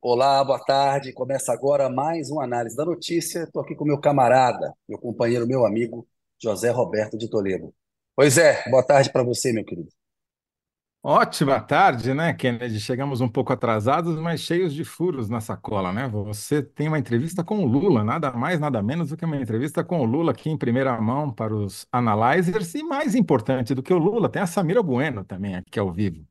Olá, boa tarde. Começa agora mais uma análise da notícia. Estou aqui com meu camarada, meu companheiro, meu amigo, José Roberto de Toledo. Pois é, boa tarde para você, meu querido. Ótima tarde, né, Kennedy? Chegamos um pouco atrasados, mas cheios de furos na sacola, né? Você tem uma entrevista com o Lula, nada mais, nada menos do que uma entrevista com o Lula aqui em primeira mão para os analyzers, e mais importante do que o Lula, tem a Samira Bueno também aqui ao vivo.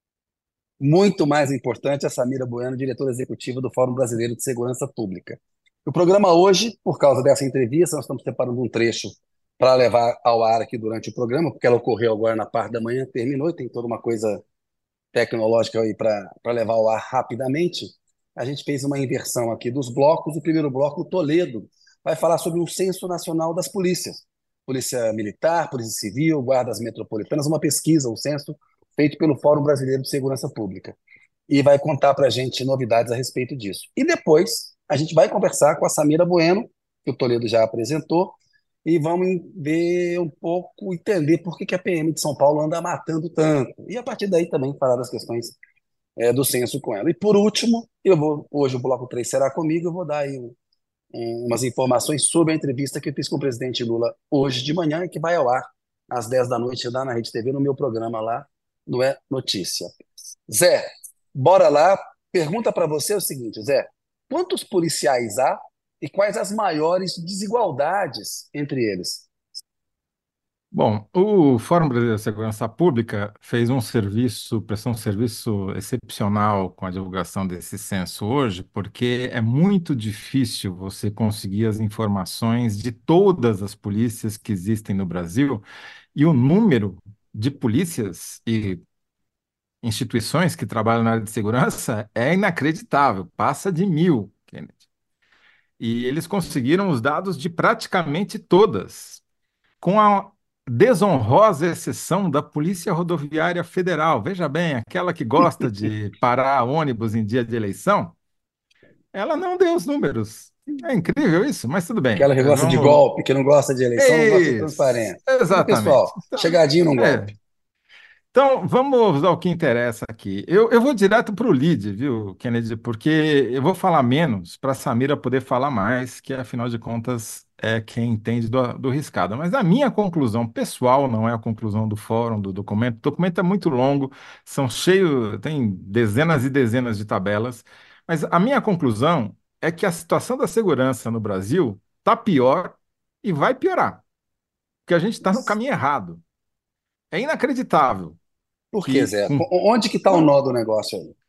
Muito mais importante, a Samira Bueno, diretora executiva do Fórum Brasileiro de Segurança Pública. O programa hoje, por causa dessa entrevista, nós estamos separando um trecho para levar ao ar aqui durante o programa, porque ela ocorreu agora na parte da manhã, terminou e tem toda uma coisa tecnológica aí para levar ao ar rapidamente. A gente fez uma inversão aqui dos blocos. O primeiro bloco, o Toledo, vai falar sobre o Censo Nacional das Polícias. Polícia Militar, Polícia Civil, Guardas Metropolitanas, uma pesquisa, um censo feito pelo Fórum Brasileiro de Segurança Pública. E vai contar para a gente novidades a respeito disso. E depois a gente vai conversar com a Samira Bueno, que o Toledo já apresentou, e vamos ver um pouco, entender por que que a PM de São Paulo anda matando tanto. E a partir daí também falar das questões do censo com ela. E por último, hoje o bloco 3 será comigo, eu vou dar aí umas informações sobre a entrevista que eu fiz com o presidente Lula hoje de manhã e que vai ao ar às 10 da noite lá na Rede TV, no meu programa lá, não é notícia. Zé, bora lá. Pergunta para você o seguinte, Zé: quantos policiais há e quais as maiores desigualdades entre eles? Bom, o Fórum Brasileiro de Segurança Pública fez um serviço, prestou um serviço excepcional com a divulgação desse censo hoje, porque é muito difícil você conseguir as informações de todas as polícias que existem no Brasil, e o número de polícias e instituições que trabalham na área de segurança é inacreditável, passa de 1.000, Kennedy. E eles conseguiram os dados de praticamente todas, com a desonrosa exceção da Polícia Rodoviária Federal. Veja bem, aquela que gosta de parar ônibus em dia de eleição, ela não deu os números. É incrível isso, mas tudo bem. Aquela que gosta de Vamos. golpe, que não gosta de eleição, não gosta de Isso, transparência. Aquele exatamente. pessoal, chegadinho no É. golpe. Então, vamos ao que interessa aqui. Eu vou direto para o lead, viu, Kennedy, porque eu vou falar menos para a Samira poder falar mais, que afinal de contas é quem entende do riscado. Mas a minha conclusão pessoal não é a conclusão do fórum, do documento. O documento é muito longo, são cheios, tem dezenas e dezenas de tabelas, mas a minha conclusão é que a situação da segurança no Brasil está pior e vai piorar, porque a gente está no caminho errado. É inacreditável Por quê, que Zé? Onde que está o nó do negócio aí?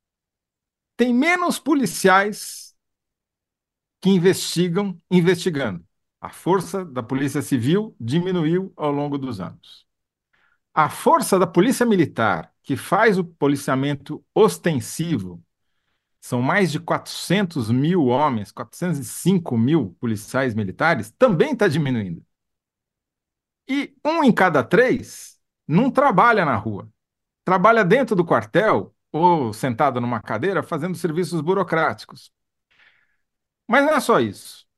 tem menos policiais que investigam investigando. A força da Polícia Civil diminuiu ao longo dos anos. A força da Polícia Militar, que faz o policiamento ostensivo, são mais de 400 mil homens, 405 mil policiais militares, também está diminuindo. E um em cada três não trabalha na rua, trabalha dentro do quartel ou sentado numa cadeira fazendo serviços burocráticos. Mas não é só isso.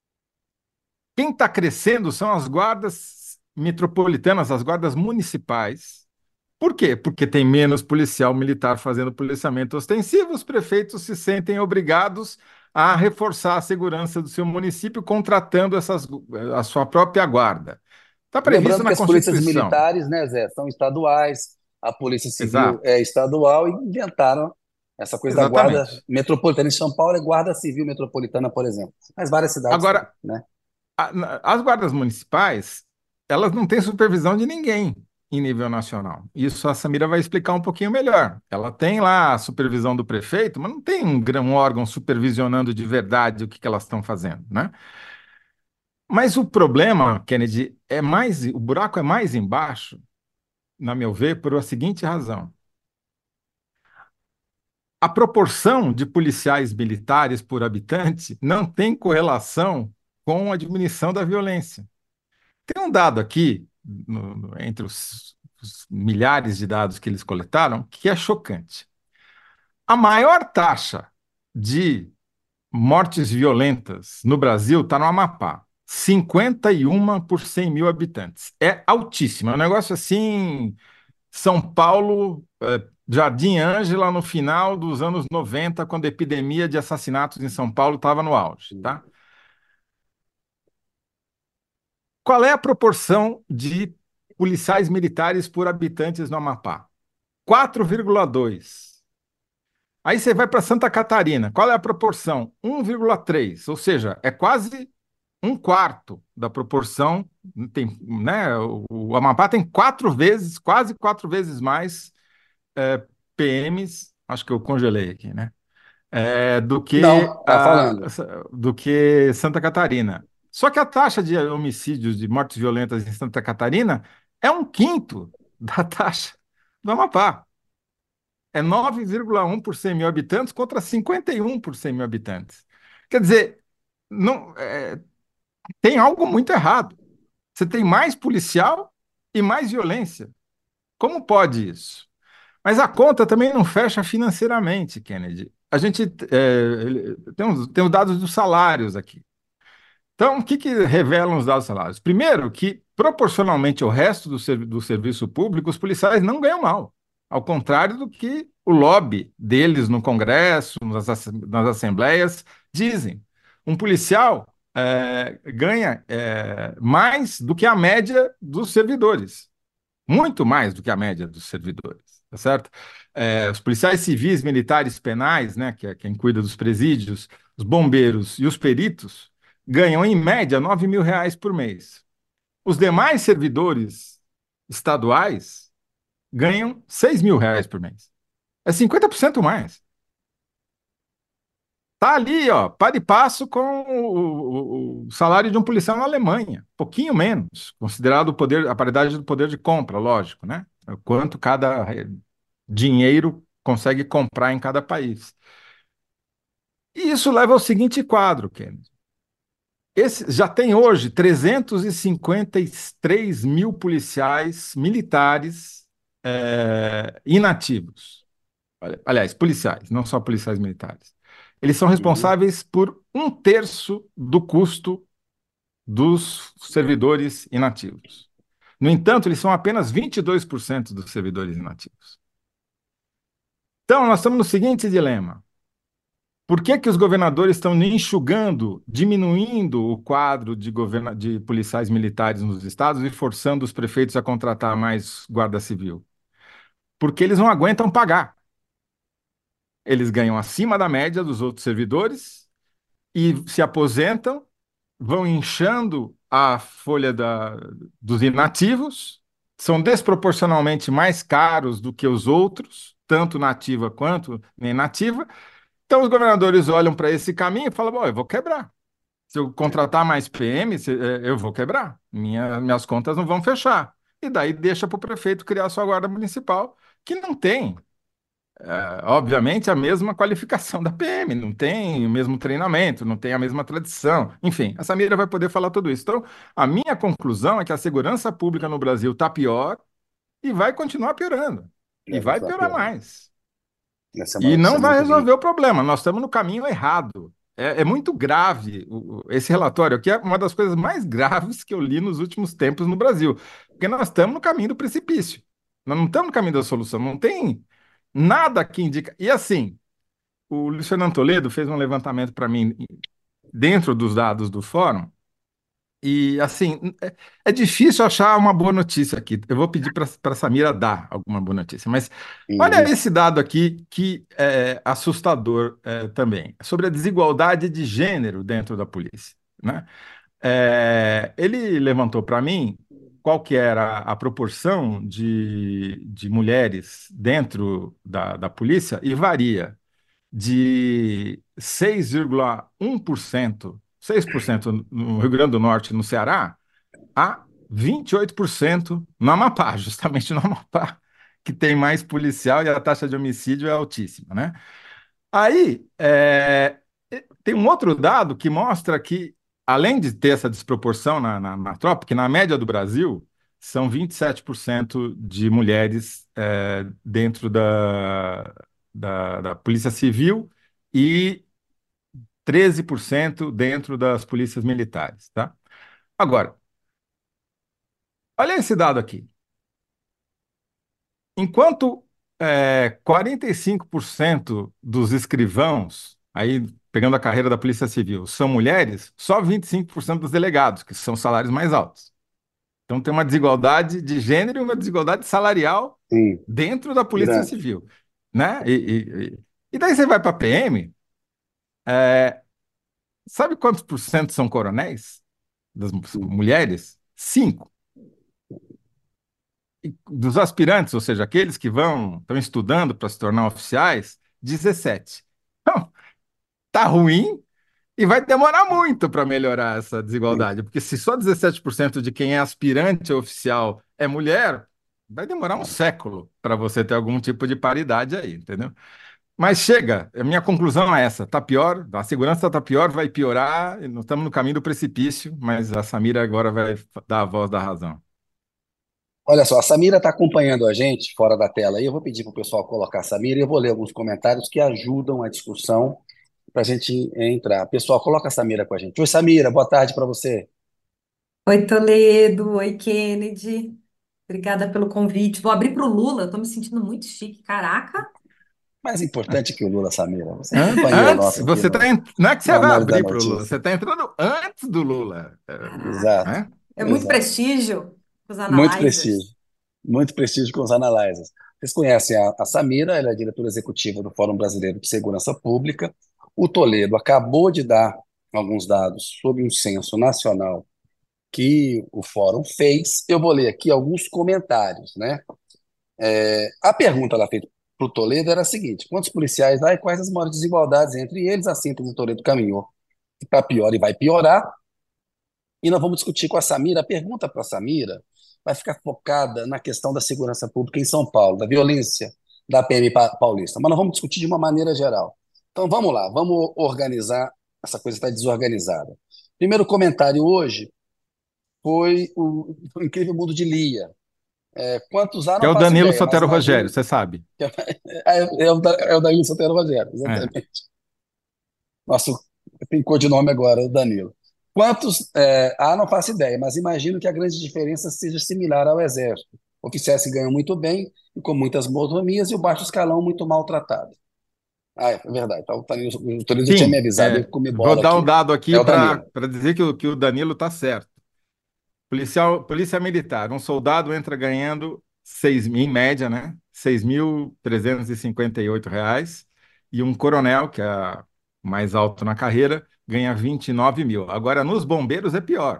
Quem está crescendo são as guardas metropolitanas, as guardas municipais. Por quê? Porque tem menos policial militar fazendo policiamento ostensivo, os prefeitos se sentem obrigados a reforçar a segurança do seu município, contratando a sua própria guarda. Está previsto Lembrando que na as polícias Constituição. militares, né, Zé, são estaduais, a Polícia Civil Exato, é estadual e inventaram essa coisa da Guarda exatamente. Metropolitana. Em São Paulo é Guarda Civil Metropolitana, por exemplo. Mas várias cidades têm, Agora, né? as guardas municipais, elas não têm supervisão de ninguém em nível nacional. Isso a Samira vai explicar um pouquinho melhor. Ela tem lá a supervisão do prefeito, mas não tem um órgão supervisionando de verdade o que elas estão fazendo, né? Mas o problema, Kennedy, o buraco é mais embaixo, na meu ver, por a seguinte razão. A proporção de policiais militares por habitante não tem correlação com a diminuição da violência. Tem um dado aqui, entre os milhares de dados que eles coletaram, que é chocante. A maior taxa de mortes violentas no Brasil está no Amapá. 51 por 100 mil habitantes. É altíssimo. É um negócio assim. São Paulo Jardim Ângela no final dos anos 90, quando a epidemia de assassinatos em São Paulo estava no auge, tá? Qual é a proporção de policiais militares por habitantes no Amapá? 4,2. Aí você vai para Santa Catarina. Qual é a proporção? 1,3. Ou seja, é quase um quarto da proporção. Tem, né, o Amapá tem quatro vezes, quase quatro vezes mais PMs, acho que eu congelei aqui, né? Não, tá falando. Do que Santa Catarina. Só que a taxa de homicídios, de mortes violentas em Santa Catarina é um quinto da taxa do Amapá. É 9,1 por 100 mil habitantes contra 51 por 100 mil habitantes. Quer dizer, não, tem algo muito errado. Você tem mais policial e mais violência. Como pode isso? Mas a conta também não fecha financeiramente, Kennedy. A gente tem os dados dos salários aqui. Então, o que, que revelam os dados salários? Primeiro, que proporcionalmente ao resto do serviço público, os policiais não ganham mal. Ao contrário do que o lobby deles no Congresso, nas assembleias, dizem. Um policial ganha mais do que a média dos servidores. Muito mais do que a média dos servidores, tá certo? Os policiais civis, militares, penais, né, que é quem cuida dos presídios, os bombeiros e os peritos, ganham em média R$ 9.000 por mês. Os demais servidores estaduais ganham R$ 6.000 por mês. É 50% mais. Tá ali, ó, para e passo com o salário de um policial na Alemanha, pouquinho menos, considerado o poder, a paridade do poder de compra, lógico, né? O quanto cada dinheiro consegue comprar em cada país. E isso leva ao seguinte quadro, Kennedy. Já tem hoje 353 mil policiais militares inativos. Aliás, policiais, não só policiais militares. Eles são Uhum. responsáveis por um terço do custo dos servidores inativos. No entanto, eles são apenas 22% dos servidores inativos. Então, nós estamos no seguinte dilema. Por que que os governadores estão enxugando, diminuindo o quadro de policiais militares nos estados e forçando os prefeitos a contratar mais guarda civil? Porque eles não aguentam pagar. Eles ganham acima da média dos outros servidores e se aposentam, vão inchando a folha dos inativos, são desproporcionalmente mais caros do que os outros, tanto nativa quanto inativa. Então, os governadores olham para esse caminho e falam: bom, eu vou quebrar. Se eu contratar mais PM, eu vou quebrar. Minhas contas não vão fechar. E daí deixa para o prefeito criar sua guarda municipal, que não tem, obviamente, a mesma qualificação da PM, não tem o mesmo treinamento, não tem a mesma tradição. Enfim, a Samira vai poder falar tudo isso. Então, a minha conclusão é que a segurança pública no Brasil está pior e vai continuar piorando. E vai Vai piorar piorar. mais. Essa é uma E notícia não vai muito resolver ruim. o problema. Nós estamos no caminho errado. É muito grave esse relatório aqui é uma das coisas mais graves que eu li nos últimos tempos no Brasil, porque nós estamos no caminho do precipício. Nós não estamos no caminho da solução. Não tem nada que indica. E assim, o Luiz Fernando Toledo fez um levantamento para mim dentro dos dados do fórum. E assim, é difícil achar uma boa notícia aqui. Eu vou pedir para a Samira dar alguma boa notícia, mas olha Uhum. esse dado aqui que é assustador também, sobre a desigualdade de gênero dentro da polícia, né? Ele levantou para mim qual que era a proporção de mulheres dentro da polícia e varia de 6,1%, 6% no Rio Grande do Norte, no Ceará, a 28% no Amapá, justamente no Amapá, que tem mais policial e a taxa de homicídio é altíssima, né? Aí, tem um outro dado que mostra que, além de ter essa desproporção na tropa, que na média do Brasil são 27% de mulheres dentro da Polícia Civil e 13% dentro das polícias militares, tá? Agora, olha esse dado aqui. Enquanto 45% dos escrivãos, aí pegando a carreira da Polícia Civil, são mulheres, só 25% dos delegados, que são salários mais altos. Então tem uma desigualdade de gênero e uma desigualdade salarial Sim, dentro da Polícia grande. Civil, né? E daí você vai para a PM, sabe quantos por cento são coronéis das mulheres? 5. Dos aspirantes, ou seja, aqueles que estão estudando para se tornar oficiais, 17. Então, tá ruim e vai demorar muito para melhorar essa Sim. desigualdade, porque se só 17% de quem é aspirante oficial é mulher, vai demorar um século para você ter algum tipo de paridade aí, entendeu? Mas chega, a minha conclusão é essa, tá pior, a segurança tá pior, vai piorar, e nós estamos no caminho do precipício, mas a Samira agora vai dar a voz da razão. Olha só, a Samira está acompanhando a gente fora da tela aí. Eu vou pedir para o pessoal colocar a Samira e eu vou ler alguns comentários que ajudam a discussão para a gente entrar. Pessoal, coloca a Samira com a gente. Oi, Samira, boa tarde para você. Oi, Toledo. Oi, Kennedy. Obrigada pelo convite. Vou abrir para o Lula. Estou me sentindo muito chique. Caraca. Mais importante que o Lula, Samira. Você é um companheiro Antes, nosso aqui você no, não é que no você vai Análise da abrir para o Lula, você Notícia. está entrando antes do Lula, Exato, né? É muito exato. prestígio os Muito prestígio. analyzers. Muito prestígio com os analyzers. Vocês conhecem a Samira, ela é diretora executiva do Fórum Brasileiro de Segurança Pública. O Toledo acabou de dar alguns dados sobre um censo nacional que o Fórum fez. Eu vou ler aqui alguns comentários, né? A pergunta lá feita para o Toledo era a seguinte: quantos policiais há e quais as maiores desigualdades entre eles? A síntese do Toledo caminhou para pior e vai piorar. E nós vamos discutir com a Samira. A pergunta para a Samira vai ficar focada na questão da segurança pública em São Paulo, da violência da PM paulista. Mas nós vamos discutir de uma maneira geral. Então vamos lá, vamos organizar. Essa coisa está desorganizada. Primeiro comentário hoje foi o Incrível Mundo de Lia. Quantos há, Que não é o faço Danilo ideia, mas Sotero Rogério, imagino você sabe. que é o Danilo Santana Rogério, É. exatamente. Nosso tem codinome agora, o Danilo. Quantos há, não faço ideia, mas imagino que a grande diferença seja similar ao Exército. Oficiais que ganham muito bem e com muitas mordomias e o baixo escalão muito maltratado. Ah, é verdade. Tá, o Toledo já tinha me Sim, avisado, eu comi vou bola dar um aqui. dado É aqui o para Danilo. dizer que o Danilo está certo. Polícia militar, um soldado entra ganhando 6 mil, em média, né? 6.358 reais, e um coronel, que é o mais alto na carreira, ganha 29 mil. Agora, nos bombeiros é pior.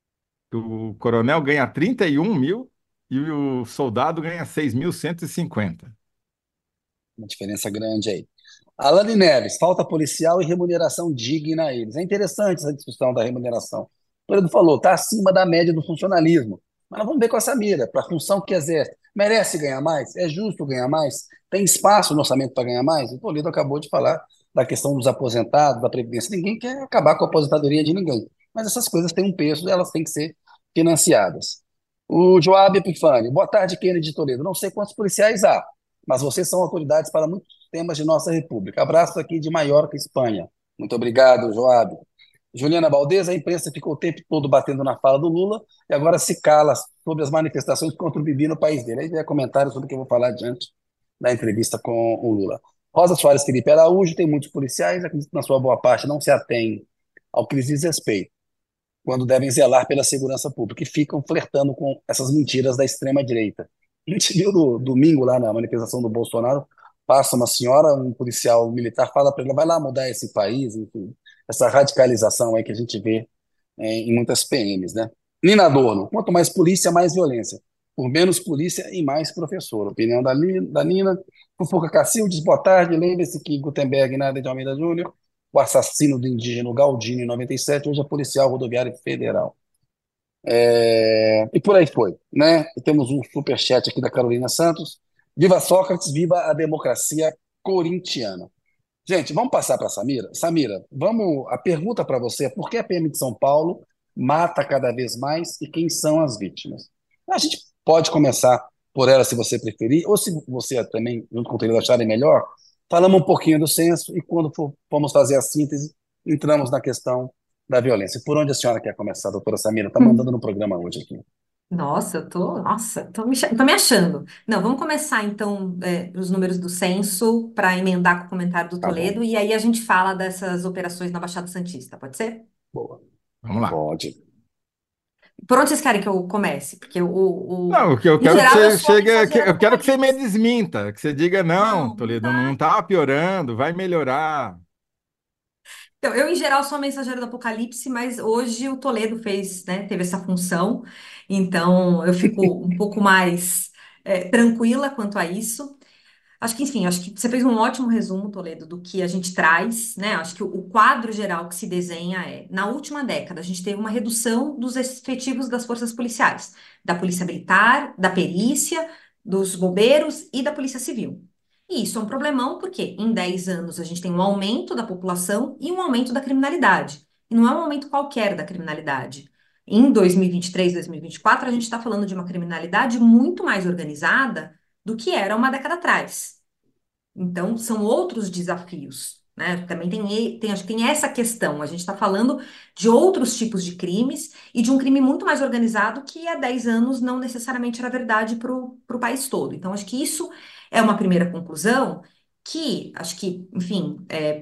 O coronel ganha 31 mil e o soldado ganha 6.150. Uma diferença grande aí. Alane Neves, falta policial e remuneração digna a eles. É interessante essa discussão da remuneração. O Toledo falou, está acima da média do funcionalismo. Mas nós vamos ver com essa mira, para a função que exerce. Merece ganhar mais? É justo ganhar mais? Tem espaço no orçamento para ganhar mais? O Toledo acabou de falar da questão dos aposentados, da Previdência. Ninguém quer acabar com a aposentadoria de ninguém. Mas essas coisas têm um preço e elas têm que ser financiadas. O Joab Epifânio, boa tarde, Kennedy de Toledo. Não sei quantos policiais há, mas vocês são autoridades para muitos temas de nossa República. Abraço aqui de Maiorca, Espanha. Muito obrigado, Joab. Juliana Valdez, a imprensa ficou o tempo todo batendo na fala do Lula e agora se cala sobre as manifestações contra o Bibi no país dele. Aí vem comentário sobre o que eu vou falar diante da entrevista com o Lula. Rosa Soares Felipe Araújo, tem muitos policiais, acredito que na sua boa parte não se atém ao que lhes diz respeito, quando devem zelar pela segurança pública e ficam flertando com essas mentiras da extrema-direita. A gente viu no domingo lá na manifestação do Bolsonaro, passa uma senhora, um policial militar, fala para ele, vai lá mudar esse país, enfim, essa radicalização aí que a gente vê em muitas PMs, né? Nina Adorno, quanto mais polícia, mais violência. Por menos polícia e mais professor. Opinião da Nina. Fufuca Cacildes, boa tarde. Lembre-se que Gutenberg nada de Almeida Júnior, o assassino do indígena Galdino em 97, hoje é policial rodoviário federal. E por aí foi, né? E temos um superchat aqui da Carolina Santos. Viva Sócrates, viva a democracia corintiana. Gente, vamos passar para a Samira. Samira, vamos. A pergunta para você é por que a PM de São Paulo mata cada vez mais e quem são as vítimas? A gente pode começar por ela, se você preferir, ou se você também, junto com o Teresa, acharem melhor, falamos um pouquinho do censo e quando formos fazer a síntese, entramos na questão da violência. Por onde a senhora quer começar, doutora Samira? Está mandando no programa hoje aqui. Nossa, tô me achando. Não, vamos começar então os números do censo para emendar com o comentário do Tá bom. Toledo e aí a gente fala dessas operações na Baixada Santista, pode ser? Boa. Vamos lá. Pode. Por onde vocês querem que eu comece? Porque Não, o que eu em quero que geral eu você sou a chegue, mensageira do eu quero que você me apocalipse. desminta, que você diga, não, Não, não Toledo, não tá. está piorando, vai melhorar. Então, eu, em geral, sou a mensageira do apocalipse, mas hoje o Toledo fez, né, teve essa função, então eu fico um pouco mais tranquila quanto a isso. Acho que, enfim, acho que você fez um ótimo resumo, Toledo, do que a gente traz, né? Acho que o quadro geral que se desenha é, na última década, a gente teve uma redução dos efetivos das forças policiais, da Polícia Militar, da perícia, dos bombeiros e da Polícia Civil. E isso é um problemão porque em 10 anos a gente tem um aumento da população e um aumento da criminalidade. E não é um aumento qualquer da criminalidade. Em 2023, 2024, a gente está falando de uma criminalidade muito mais organizada do que era uma década atrás. Então, são outros desafios, né? Também acho que tem essa questão. A gente está falando de outros tipos de crimes e de um crime muito mais organizado que há 10 anos não necessariamente era verdade para o país todo. Então, acho que isso é uma primeira conclusão que, acho que, enfim,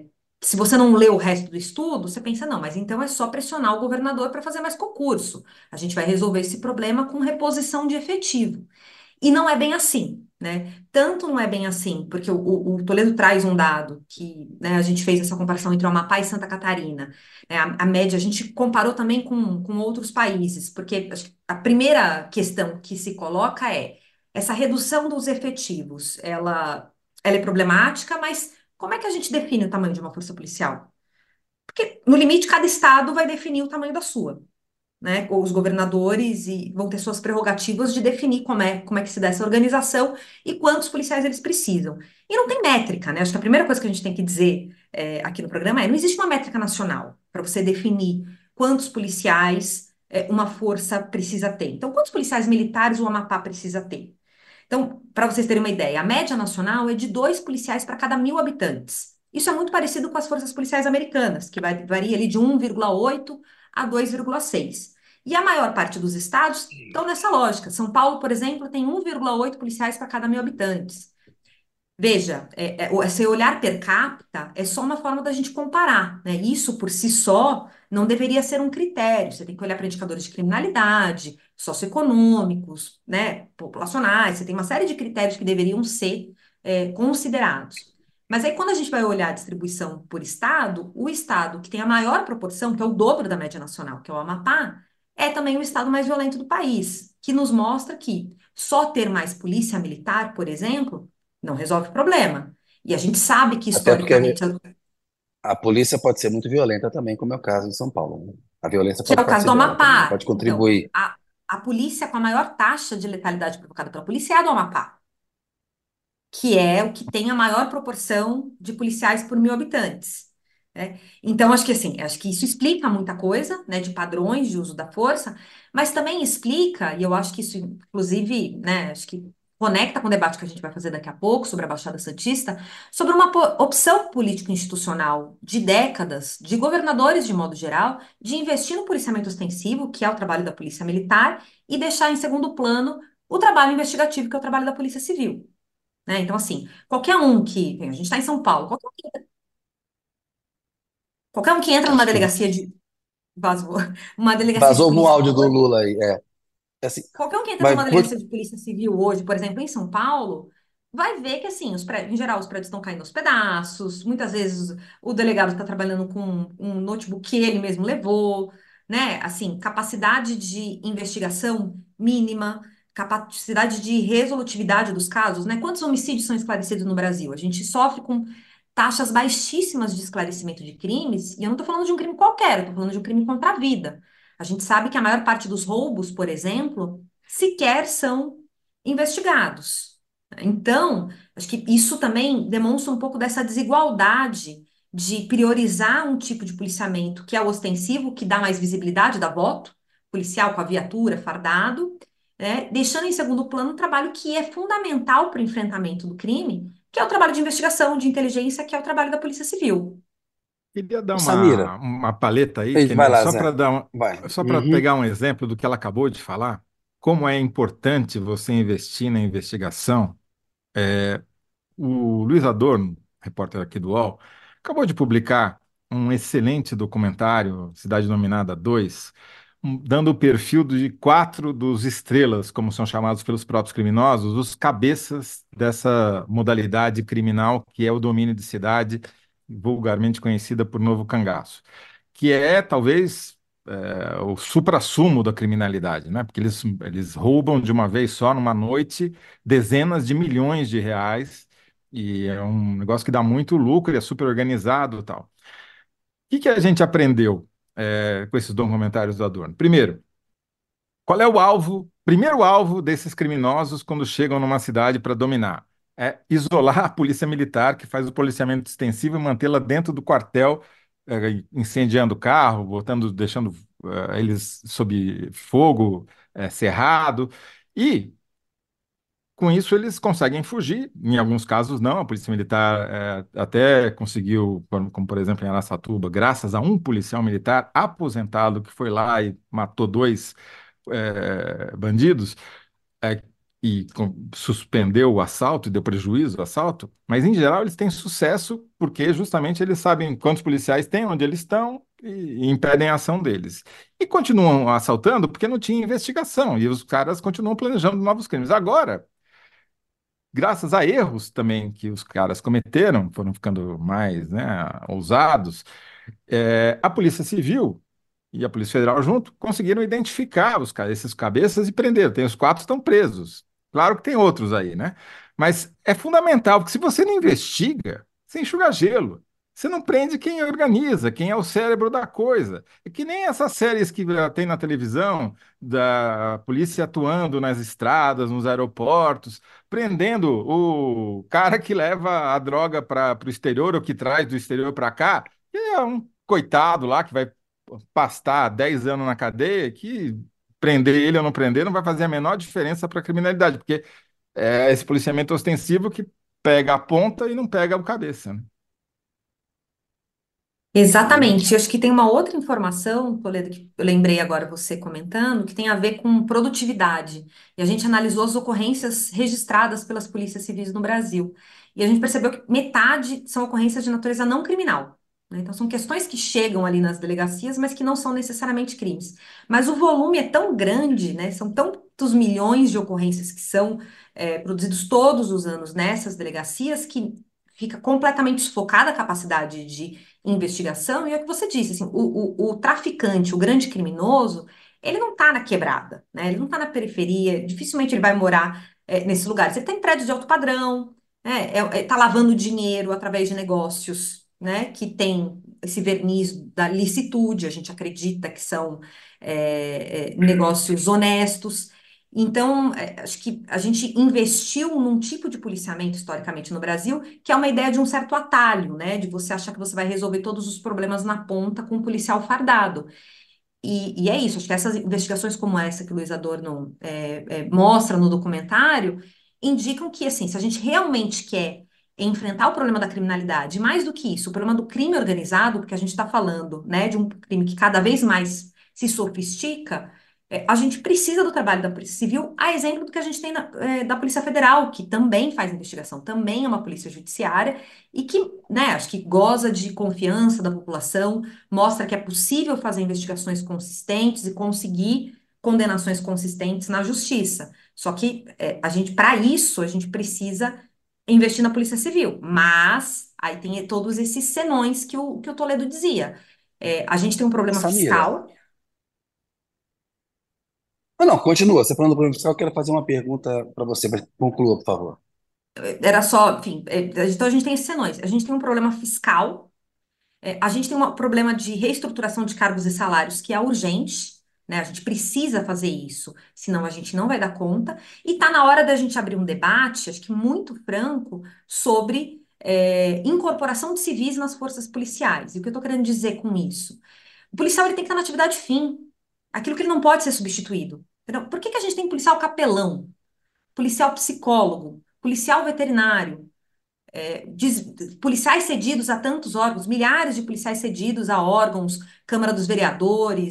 se você não lê o resto do estudo, você pensa, não, mas então é só pressionar o governador para fazer mais concurso. A gente vai resolver esse problema com reposição de efetivo. E não é bem assim, né? Tanto não é bem assim, porque o Toledo traz um dado que, né, a gente fez essa comparação entre o Amapá e Santa Catarina, né? A média, a gente comparou também com outros países, porque acho que a primeira questão que se coloca é essa redução dos efetivos, ela é problemática, mas como é que a gente define o tamanho de uma força policial? Porque, no limite, cada estado vai definir o tamanho da sua, né? Ou os governadores e vão ter suas prerrogativas de definir como é que se dá essa organização e quantos policiais eles precisam. E não tem métrica, né? Acho que a primeira coisa que a gente tem que dizer aqui no programa é: não existe uma métrica nacional para você definir quantos policiais uma força precisa ter. Então, quantos policiais militares o Amapá precisa ter? Então, para vocês terem uma ideia, a média nacional é de 2 policiais para cada 1.000 habitantes. Isso é muito parecido com as forças policiais americanas, que varia ali de 1,8 a 2,6. E a maior parte dos estados estão nessa lógica. São Paulo, por exemplo, tem 1,8 policiais para cada 1.000 habitantes. Veja, esse olhar per capita é só uma forma da gente comparar, né? Isso por si só não deveria ser um critério. Você tem que olhar para indicadores de criminalidade, socioeconômicos, né? Populacionais. Você tem uma série de critérios que deveriam ser considerados. Mas aí, quando a gente vai olhar a distribuição por estado, o estado que tem a maior proporção, que é o dobro da média nacional, que é o Amapá, é também o estado mais violento do país, que nos mostra que só ter mais polícia militar, por exemplo, não resolve o problema. E a gente sabe que, Até porque historicamente, a polícia pode ser muito violenta também, como é o caso de São Paulo, né? A violência que é pode o caso partir do dela também, Amapá. pode Então, contribuir. a polícia com a maior taxa de letalidade provocada pela polícia é a do Amapá, que é o que tem a maior proporção de policiais por 1.000 habitantes, né? Então, acho que assim, acho que isso explica muita coisa, né, de padrões de uso da força, mas também explica, e eu acho que isso, inclusive, né, acho que conecta com o debate que a gente vai fazer daqui a pouco sobre a Baixada Santista, sobre uma opção político-institucional de décadas, de governadores de modo geral, de investir no policiamento ostensivo, que é o trabalho da Polícia Militar, e deixar em segundo plano o trabalho investigativo, que é o trabalho da Polícia Civil, né? Então, assim, qualquer um que. A gente está em São Paulo, qualquer um que entra numa Acho que delegacia de. Vazou. Uma delegacia de vazou algum polícia áudio do hoje. Lula aí. É assim, Qualquer um que entra mas numa delegacia de polícia civil hoje, por exemplo, em São Paulo, vai ver que, assim, em geral, os prédios estão caindo aos pedaços. Muitas vezes o delegado está trabalhando com um notebook que ele mesmo levou, né? Assim, capacidade de investigação mínima, capacidade de resolutividade dos casos, né? Quantos homicídios são esclarecidos no Brasil? A gente sofre com taxas baixíssimas de esclarecimento de crimes, e eu não estou falando de um crime qualquer, eu estou falando de um crime contra a vida. A gente sabe que a maior parte dos roubos, por exemplo, sequer são investigados. Então, acho que isso também demonstra um pouco dessa desigualdade de priorizar um tipo de policiamento que é o ostensivo, que dá mais visibilidade, dá voto, policial com a viatura, fardado, né, deixando em segundo plano um trabalho que é fundamental para o enfrentamento do crime, que é o trabalho de investigação, de inteligência, que é o trabalho da Polícia Civil. Queria dar ô, Samira, uma paleta aí, vai lá, só Zé. para Vai. só para Uhum. pegar um exemplo do que ela acabou de falar. como é importante você investir na investigação, o Luiz Adorno, repórter aqui do UOL, acabou de publicar um excelente documentário, Cidade Dominada 2, dando o perfil de 4 dos estrelas, como são chamados pelos próprios criminosos, os cabeças dessa modalidade criminal que é o domínio de cidade, vulgarmente conhecida por Novo Cangaço, que é talvez o suprassumo da criminalidade, né? Porque eles roubam de uma vez só, numa noite, dezenas de milhões de reais, e é um negócio que dá muito lucro e é super organizado e tal. O que a gente aprendeu com esses documentários do Adorno? Primeiro, qual é o alvo, primeiro alvo desses criminosos quando chegam numa cidade para dominar? É isolar a polícia militar, que faz o policiamento extensivo e mantê-la dentro do quartel, incendiando o carro, deixando eles sob fogo, cerrado. E com isso, eles conseguem fugir. Em alguns casos, não. A Polícia Militar até conseguiu, como por exemplo em Araçatuba, graças a um policial militar aposentado que foi lá e matou 2 bandidos, é, e suspendeu o assalto e deu prejuízo ao assalto. Mas, em geral, eles têm sucesso porque justamente eles sabem quantos policiais têm, onde eles estão e impedem a ação deles. E continuam assaltando porque não tinha investigação e os caras continuam planejando novos crimes. Agora, graças a erros também que os caras cometeram, foram ficando mais, né, ousados, a Polícia Civil e a Polícia Federal junto conseguiram identificar esses cabeças e prender. Tem os 4 estão presos. Claro que tem outros aí, né? Mas é fundamental, porque se você não investiga, você enxuga gelo. Você não prende quem organiza, quem é o cérebro da coisa. É que nem essas séries que tem na televisão, da polícia atuando nas estradas, nos aeroportos, prendendo o cara que leva a droga para o exterior ou que traz do exterior para cá, que é um coitado lá que vai pastar 10 anos na cadeia, que prender ele ou não prender não vai fazer a menor diferença para a criminalidade, porque é esse policiamento ostensivo que pega a ponta e não pega o cabeça, né? Exatamente. Eu acho que tem uma outra informação, Toledo, que eu lembrei agora você comentando, que tem a ver com produtividade. E a gente analisou as ocorrências registradas pelas polícias civis no Brasil. E a gente percebeu que metade são ocorrências de natureza não criminal, né? Então, são questões que chegam ali nas delegacias, mas que não são necessariamente crimes. Mas o volume é tão grande, né? São tantos milhões de ocorrências que são produzidos todos os anos nessas delegacias que fica completamente sufocada a capacidade de investigação, e é o que você disse, assim, o traficante, o grande criminoso, ele não está na quebrada, né? Ele não está na periferia, dificilmente ele vai morar nesses lugares. Ele está em prédio de alto padrão, né? Tá lavando dinheiro através de negócios, né? Que tem esse verniz da licitude, a gente acredita que são negócios honestos. Então, acho que a gente investiu num tipo de policiamento historicamente no Brasil, que é uma ideia de um certo atalho, né? De você achar que você vai resolver todos os problemas na ponta com um policial fardado. E é isso, acho que essas investigações como essa que o Luiz Adorno mostra no documentário, indicam que, assim, se a gente realmente quer enfrentar o problema da criminalidade, mais do que isso, o problema do crime organizado, porque a gente está falando, né, de um crime que cada vez mais se sofistica, a gente precisa do trabalho da Polícia Civil, a exemplo do que a gente tem da Polícia Federal, que também faz investigação, também é uma polícia judiciária e que, né, acho que goza de confiança da população, mostra que é possível fazer investigações consistentes e conseguir condenações consistentes na justiça. Só que a gente, para isso, a gente precisa investir na Polícia Civil. Mas aí tem todos esses senões que o Toledo dizia. A gente tem um problema Samira. fiscal. Ah, não, continua. Você falando do problema fiscal, eu quero fazer uma pergunta para você, mas conclua, por favor. Era só, enfim, então a gente tem esses senões. A gente tem um problema fiscal. A gente tem um problema de reestruturação de cargos e salários que é urgente, né? A gente precisa fazer isso, senão a gente não vai dar conta. E está na hora da gente abrir um debate, acho que muito franco, sobre incorporação de civis nas forças policiais. E o que eu estou querendo dizer com isso? O policial ele tem que estar na atividade fim, aquilo que ele não pode ser substituído. Entendeu? Por que que a gente tem policial capelão, policial psicólogo, policial veterinário? Policiais cedidos a tantos órgãos, milhares de policiais cedidos a órgãos, Câmara dos Vereadores,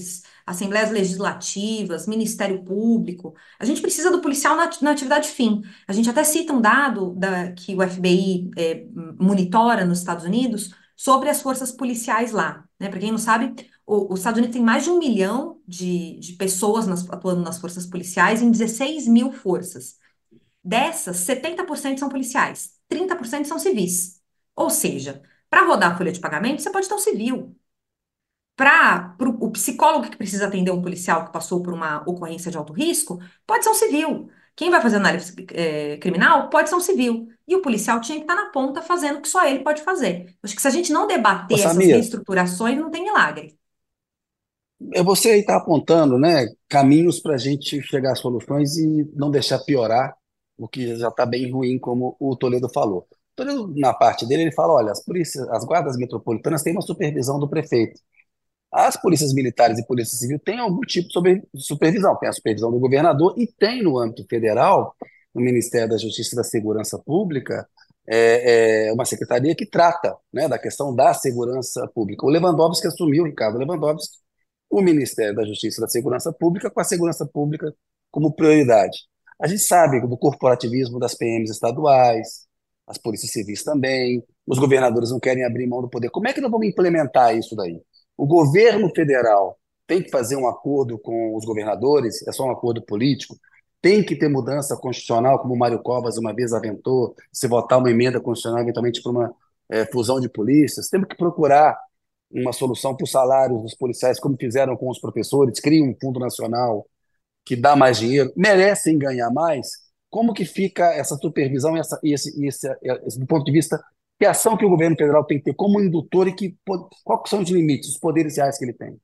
assembleias legislativas, Ministério Público. A gente precisa do policial na atividade fim. A gente até cita um dado que o FBI monitora nos Estados Unidos sobre as forças policiais lá, né? Para quem não sabe, os Estados Unidos tem mais de 1 milhão de pessoas atuando nas forças policiais em 16 mil forças. Dessas, 70% são policiais, 30% são civis. Ou seja, para rodar a folha de pagamento, você pode ter um civil. Para o psicólogo que precisa atender um policial que passou por uma ocorrência de alto risco, pode ser um civil. Quem vai fazer análise criminal pode ser um civil. E o policial tinha que estar na ponta fazendo o que só ele pode fazer. Acho que se a gente não Ô, debater essas Samir, reestruturações, não tem milagre. você aí está apontando, né, caminhos para a gente chegar a soluções e não deixar piorar o que já está bem ruim, como o Toledo falou. Toledo, na parte dele, ele fala: olha, as polícias, as guardas metropolitanas têm uma supervisão do prefeito. As polícias militares e polícia civil têm algum tipo de supervisão. Tem a supervisão do governador e tem no âmbito federal, no Ministério da Justiça e da Segurança Pública, uma secretaria que trata, né, da questão da segurança pública. O Lewandowski assumiu, Ricardo Lewandowski, o Ministério da Justiça e da Segurança Pública, com a segurança pública como prioridade. A gente sabe do corporativismo das PMs estaduais, as polícias civis também, os governadores não querem abrir mão do poder. Como é que nós vamos implementar isso daí? O governo federal tem que fazer um acordo com os governadores, é só um acordo político, tem que ter mudança constitucional, como o Mário Covas uma vez aventou, se votar uma emenda constitucional eventualmente para uma fusão de polícias, temos que procurar uma solução para os salários dos policiais, como fizeram com os professores, criam um fundo nacional que dá mais dinheiro, merecem ganhar mais. Como que fica essa supervisão do ponto de vista que ação que o governo federal tem que ter como indutor e quais são os limites, os poderes reais que ele tem?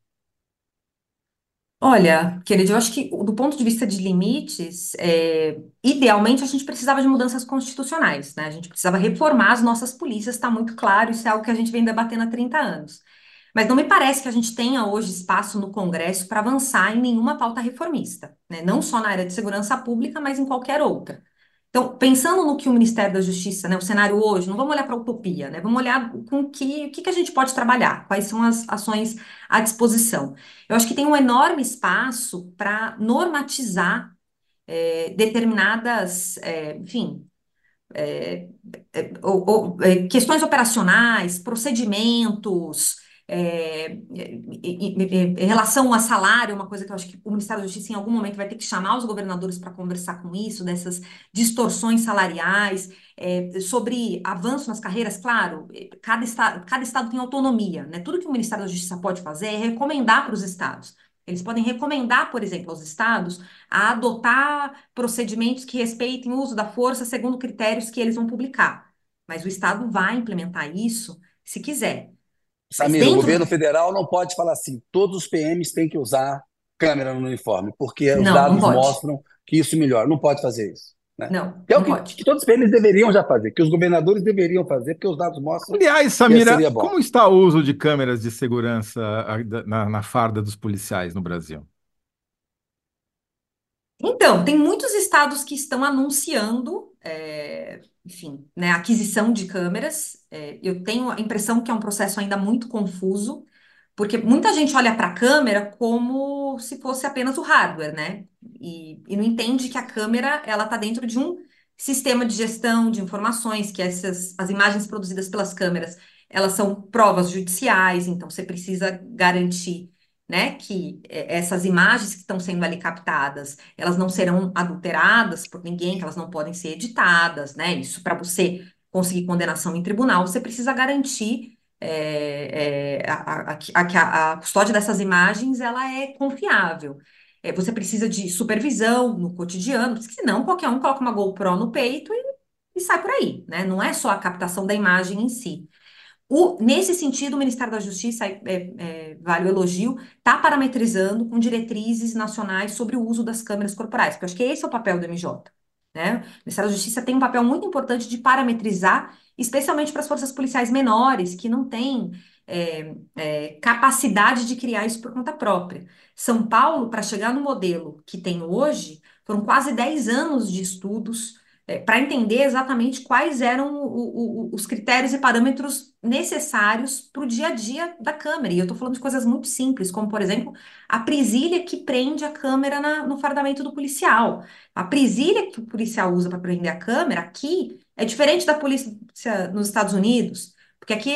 Olha, querido, eu acho que do ponto de vista de limites, idealmente a gente precisava de mudanças constitucionais, né? A gente precisava reformar as nossas polícias, está muito claro, isso é algo que a gente vem debatendo há 30 anos. Mas não me parece que a gente tenha hoje espaço no Congresso para avançar em nenhuma pauta reformista, né? Não só na área de segurança pública, mas em qualquer outra. Então, pensando no que o Ministério da Justiça, né, o cenário hoje, não vamos olhar para a utopia, né? Vamos olhar com o que a gente pode trabalhar, quais são as ações à disposição. Eu acho que tem um enorme espaço para normatizar determinadas, enfim, questões operacionais, procedimentos, em relação a salário, uma coisa que eu acho que o Ministério da Justiça em algum momento vai ter que chamar os governadores para conversar com isso, dessas distorções salariais, sobre avanço nas carreiras, claro, cada estado tem autonomia, né? Tudo que o Ministério da Justiça pode fazer é recomendar para os estados. Eles podem recomendar, por exemplo, aos estados a adotar procedimentos que respeitem o uso da força segundo critérios que eles vão publicar. Mas o Estado vai implementar isso se quiser. Mas Samir, o dentro governo do... federal não pode falar assim, todos os PMs têm que usar câmera no uniforme, porque os Não, não dados pode. mostram que isso melhora. Não pode fazer isso, né? Não, Que é o não que pode. todos os PMs deveriam já fazer, que os governadores deveriam fazer, porque os dados mostram Aliás, que Samira, seria bom. como está o uso de câmeras de segurança na farda dos policiais no Brasil? Então, tem muitos estados que estão anunciando, enfim, né, aquisição de câmeras. Eu tenho a impressão que é um processo ainda muito confuso, porque muita gente olha para a câmera como se fosse apenas o hardware, né? E não entende que a câmera ela está dentro de um sistema de gestão de informações, que as imagens produzidas pelas câmeras, elas são provas judiciais, então você precisa garantir, né, que essas imagens que estão sendo ali captadas, elas não serão adulteradas por ninguém, que elas não podem ser editadas, né? Isso para você conseguir condenação em tribunal, você precisa garantir que a custódia dessas imagens ela é confiável. Você precisa de supervisão no cotidiano, porque senão qualquer um coloca uma GoPro no peito e sai por aí, né? Não é só a captação da imagem em si. Nesse sentido, o Ministério da Justiça, vale o elogio, está parametrizando com diretrizes nacionais sobre o uso das câmeras corporais, porque eu acho que esse é o papel do MJ, né? O Ministério da Justiça tem um papel muito importante de parametrizar, especialmente para as forças policiais menores, que não têm capacidade de criar isso por conta própria. São Paulo, para chegar no modelo que tem hoje, foram quase 10 anos de estudos, para entender exatamente quais eram os critérios e parâmetros necessários para o dia a dia da câmera. E eu estou falando de coisas muito simples, como, por exemplo, a presilha que prende a câmera no fardamento do policial. A presilha que o policial usa para prender a câmera aqui é diferente da polícia nos Estados Unidos, porque aqui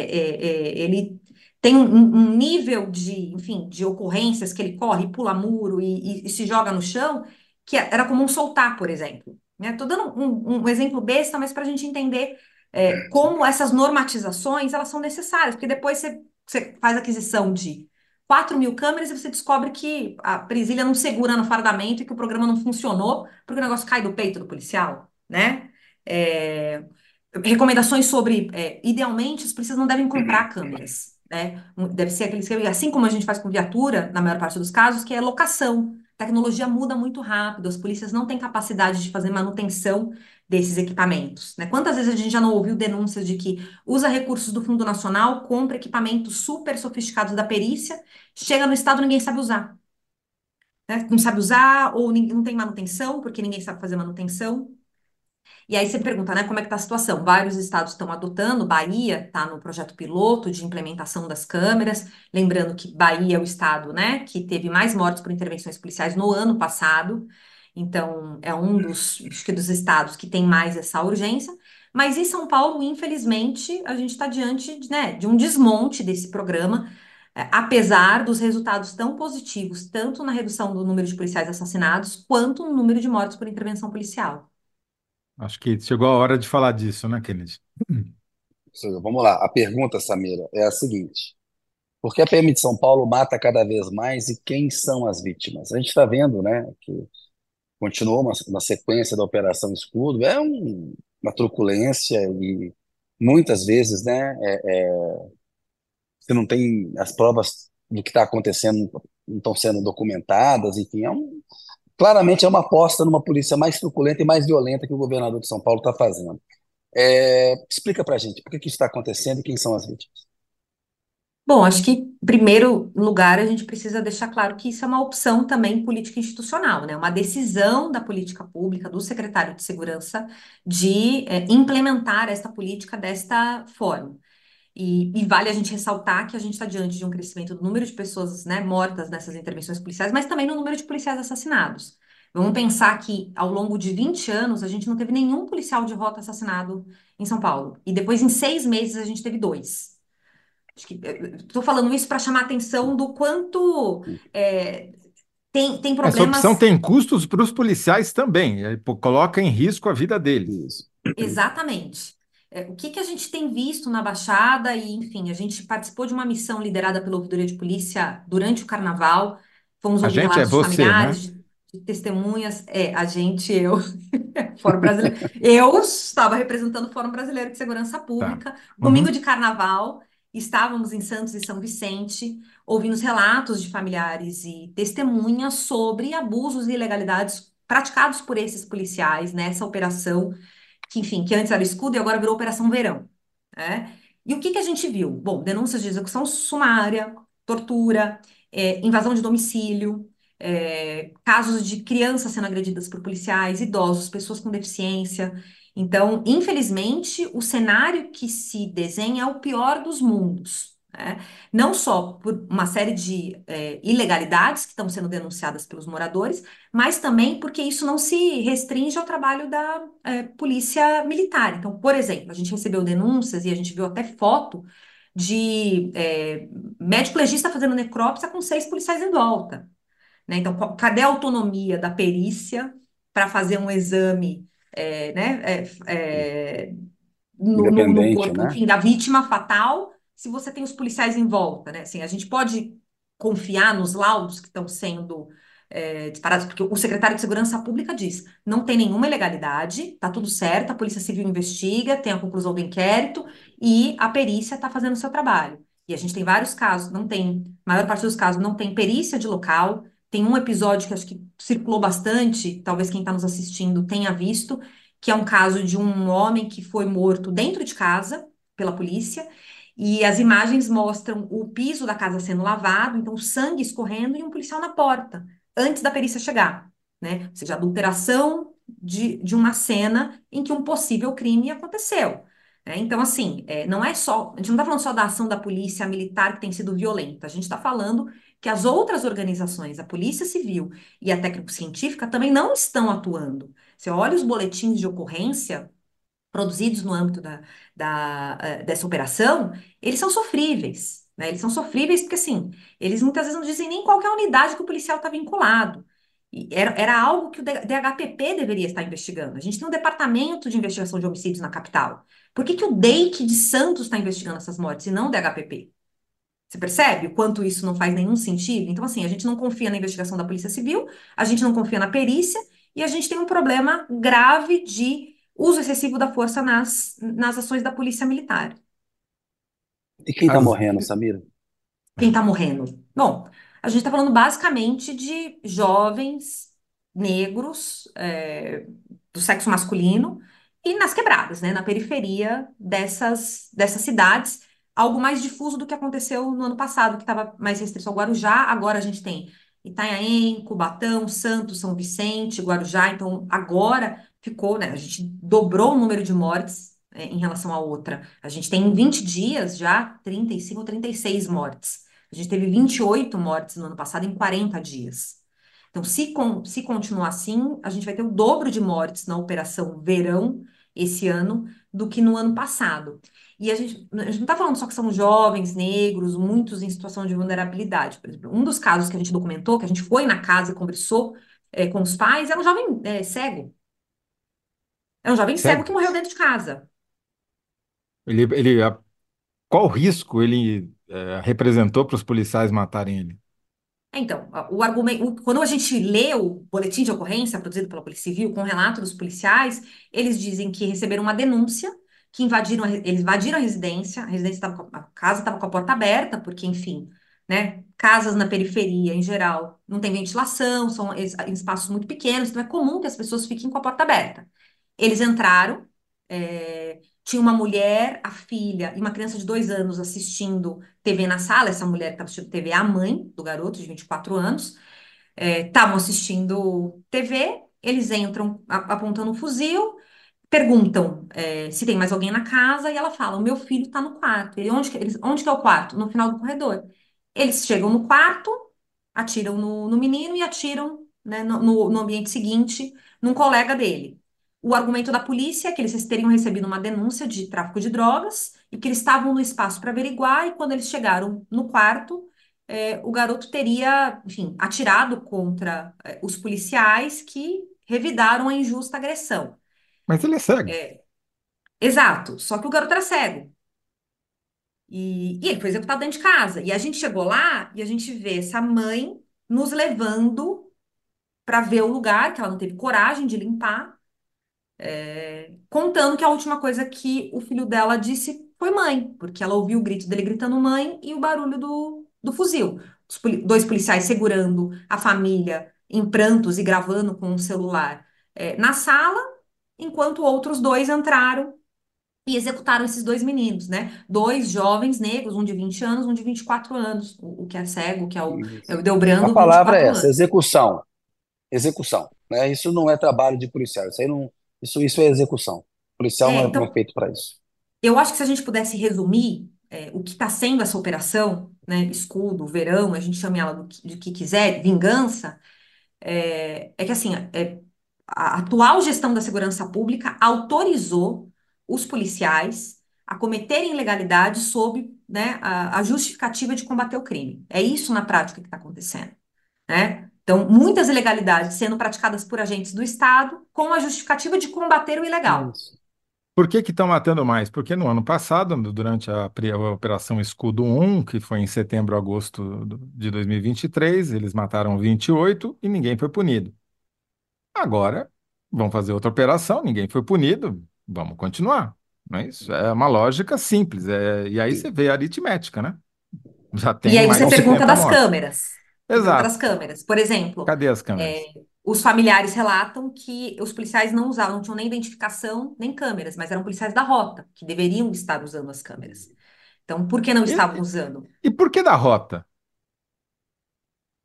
ele tem um nível de, enfim, de ocorrências que ele corre, pula muro e se joga no chão, que era comum soltar, por exemplo. Né? Estou dando um exemplo besta, mas para a gente entender como essas normatizações elas são necessárias, porque depois você faz aquisição de 4.000 câmeras e você descobre que a presilha não segura no fardamento e que o programa não funcionou porque o negócio cai do peito do policial, né? É, recomendações sobre, idealmente, os policiais não devem comprar câmeras, né? Deve ser aquele esquema, assim como a gente faz com viatura, na maior parte dos casos, que é locação. A tecnologia muda muito rápido, as polícias não têm capacidade de fazer manutenção desses equipamentos, né? Quantas vezes a gente já não ouviu denúncias de que usa recursos do Fundo Nacional, compra equipamentos super sofisticados da perícia, chega no estado ninguém sabe usar, né? Não sabe usar ou não tem manutenção, porque ninguém sabe fazer manutenção. E aí você pergunta, né, como é que está a situação? Vários estados estão adotando, Bahia está no projeto piloto de implementação das câmeras, lembrando que Bahia é o estado, né, que teve mais mortes por intervenções policiais no ano passado, então é um acho que dos estados que tem mais essa urgência, mas em São Paulo, infelizmente, a gente está diante, né, de um desmonte desse programa, apesar dos resultados tão positivos, tanto na redução do número de policiais assassinados, quanto no número de mortes por intervenção policial. Acho que chegou a hora de falar disso, né, Kennedy? Ou seja, vamos lá, a pergunta, Samira, é a seguinte: por que a PM de São Paulo mata cada vez mais e quem são as vítimas? A gente está vendo, né, que continuou uma sequência da Operação Escudo, uma truculência e muitas vezes, né, você não tem as provas do que está acontecendo, não estão sendo documentadas, enfim, claramente é uma aposta numa polícia mais truculenta e mais violenta que o governador de São Paulo está fazendo. Explica para a gente por que isso está acontecendo e quem são as vítimas. Bom, acho que, em primeiro lugar, a gente precisa deixar claro que isso é uma opção também política institucional, né? Uma decisão da política pública, do secretário de Segurança, de implementar esta política desta forma. E vale a gente ressaltar que a gente está diante de um crescimento do número de pessoas, né, mortas nessas intervenções policiais, mas também no número de policiais assassinados. Vamos pensar que ao longo de 20 anos a gente não teve nenhum policial de rota assassinado em São Paulo. E depois, em 6 meses, a gente teve dois. Acho que estou falando isso para chamar a atenção do quanto tem Essa opção problemas. tem custos para os policiais também, coloca em risco a vida deles. Isso. Exatamente. O que que a gente tem visto na Baixada e, enfim, a gente participou de uma missão liderada pela Ouvidoria de Polícia durante o Carnaval. Fomos A ouvir gente é relatos de você, né? familiares, de testemunhas. A gente, eu, Fórum Brasileiro. Eu estava representando o Fórum Brasileiro de Segurança Tá. Pública. Domingo Uhum. de Carnaval, estávamos em Santos e São Vicente, ouvindo os relatos de familiares e testemunhas sobre abusos e ilegalidades praticados por esses policiais nessa operação que, enfim, que antes era escudo e agora virou Operação Verão, né? E o que que a gente viu? Bom, denúncias de execução sumária, tortura, invasão de domicílio, casos de crianças sendo agredidas por policiais, idosos, pessoas com deficiência. Então, infelizmente, o cenário que se desenha é o pior dos mundos, né? Não só por uma série de ilegalidades que estão sendo denunciadas pelos moradores, mas também porque isso não se restringe ao trabalho da polícia militar. Então, por exemplo, a gente recebeu denúncias e a gente viu até foto de médico legista fazendo necrópsia com 6 policiais em volta, né? Então, cadê a autonomia da perícia para fazer um exame, né, no Independente, corpo, né? enfim, da vítima fatal, se você tem os policiais em volta, né? Assim, a gente pode confiar nos laudos que estão sendo disparados, porque o secretário de Segurança Pública diz, não tem nenhuma ilegalidade, tá tudo certo, a Polícia Civil investiga, tem a conclusão do inquérito e a perícia está fazendo o seu trabalho. E a gente tem vários casos, não tem, a maior parte dos casos não tem perícia de local, tem um episódio que acho que circulou bastante, talvez quem está nos assistindo tenha visto, que é um caso de um homem que foi morto dentro de casa pela polícia, e as imagens mostram o piso da casa sendo lavado, então o sangue escorrendo e um policial na porta, antes da perícia chegar, né? Ou seja, adulteração de uma cena em que um possível crime aconteceu. Então, assim, não é só, a gente não está falando só da ação da polícia militar que tem sido violenta, a gente está falando que as outras organizações, a Polícia Civil e a técnico-científica, também não estão atuando. Você olha os boletins de ocorrência produzidos no âmbito dessa operação, eles são sofríveis, né? Eles são sofríveis porque, assim, eles muitas vezes não dizem nem qual que é a unidade que o policial está vinculado. E era algo que o DHPP deveria estar investigando. A gente tem um departamento de investigação de homicídios na capital. Por que que o DEIC de Santos está investigando essas mortes e não o DHPP? Você percebe o quanto isso não faz nenhum sentido? Então, assim, a gente não confia na investigação da Polícia Civil, a gente não confia na perícia e a gente tem um problema grave de uso excessivo da força nas ações da Polícia Militar. E quem está As- morrendo, Samira? Quem está morrendo? Bom, a gente está falando basicamente de jovens negros, do sexo masculino e nas quebradas, né, na periferia dessas cidades, algo mais difuso do que aconteceu no ano passado, que estava mais restrito ao Guarujá. Agora a gente tem Itanhaém, Cubatão, Santos, São Vicente, Guarujá. Então agora ficou, né, a gente dobrou o número de mortes, em relação à outra. A gente tem em 20 dias já 35 ou 36 mortes. A gente teve 28 mortes no ano passado em 40 dias. Então, se continuar assim, a gente vai ter o dobro de mortes na Operação Verão esse ano do que no ano passado. E a gente não está falando só que são jovens, negros, muitos em situação de vulnerabilidade. Por exemplo, um dos casos que a gente documentou, que a gente foi na casa e conversou, com os pais, era um jovem, cego. Era um jovem cego Cego? que morreu dentro de casa. Qual risco ele representou para os policiais matarem ele? Então, o argumento, quando a gente lê o boletim de ocorrência produzido pela Polícia Civil com o relato dos policiais, eles dizem que receberam uma denúncia, que eles invadiram a residência estava a casa estava com a porta aberta, porque, enfim, né, casas na periferia, em geral, não tem ventilação, são espaços muito pequenos, então é comum que as pessoas fiquem com a porta aberta. Eles entraram, tinha uma mulher, a filha e uma criança de 2 anos assistindo TV na sala. Essa mulher que estava assistindo TV é a mãe do garoto, de 24 anos. Estavam assistindo TV, eles entram apontando um fuzil, perguntam, se tem mais alguém na casa, e ela fala: o meu filho está no quarto. Onde que é o quarto? No final do corredor. Eles chegam no quarto, atiram no menino e atiram, né, no ambiente seguinte, num colega dele. O argumento da polícia é que eles teriam recebido uma denúncia de tráfico de drogas e que eles estavam no espaço para averiguar, e quando eles chegaram no quarto, o garoto teria, enfim, atirado contra, os policiais que revidaram a injusta agressão. Mas ele é cego. Exato, só que o garoto era cego. E ele foi executado dentro de casa. E a gente chegou lá e a gente vê essa mãe nos levando para ver o lugar, que ela não teve coragem de limpar, contando que a última coisa que o filho dela disse foi mãe, porque ela ouviu o grito dele gritando mãe e o barulho do fuzil. Dois policiais segurando a família em prantos e gravando com um celular, na sala, enquanto outros dois entraram e executaram esses dois meninos, né? Dois jovens negros, um de 20 anos, um de 24 anos. O que é cego, que é o Isso. A Delbrando, palavra é 24 essa, anos. execução. Execução, né? Isso não é trabalho de policial, isso aí não, isso é execução. Policial não é Então, feito para isso. eu acho que se a gente pudesse resumir, o que está sendo essa operação, né, Escudo, Verão, a gente chame ela do que quiser, Vingança, que assim, a atual gestão da segurança pública autorizou os policiais a cometerem ilegalidades sob, né, a justificativa de combater o crime. É isso na prática que está acontecendo, né? Então, muitas ilegalidades sendo praticadas por agentes do Estado com a justificativa de combater o ilegal. Isso. Por que que estão matando mais? Porque no ano passado, durante a Operação Escudo 1, que foi em setembro, agosto de 2023, eles mataram 28 e ninguém foi punido. Agora, vão fazer outra operação, ninguém foi punido, vamos continuar. Não é isso? É uma lógica simples. E aí você vê a aritmética, né? Já E tem aí mais você de Não se, pergunta 70 das mortos. câmeras. Você pergunta das Exato. câmeras. Por exemplo, Cadê as é, câmeras? os familiares relatam que os policiais não usavam, não tinham nem identificação, nem câmeras, mas eram policiais da rota, que deveriam estar usando as câmeras. Então, por que não estavam E, usando? e por que da rota?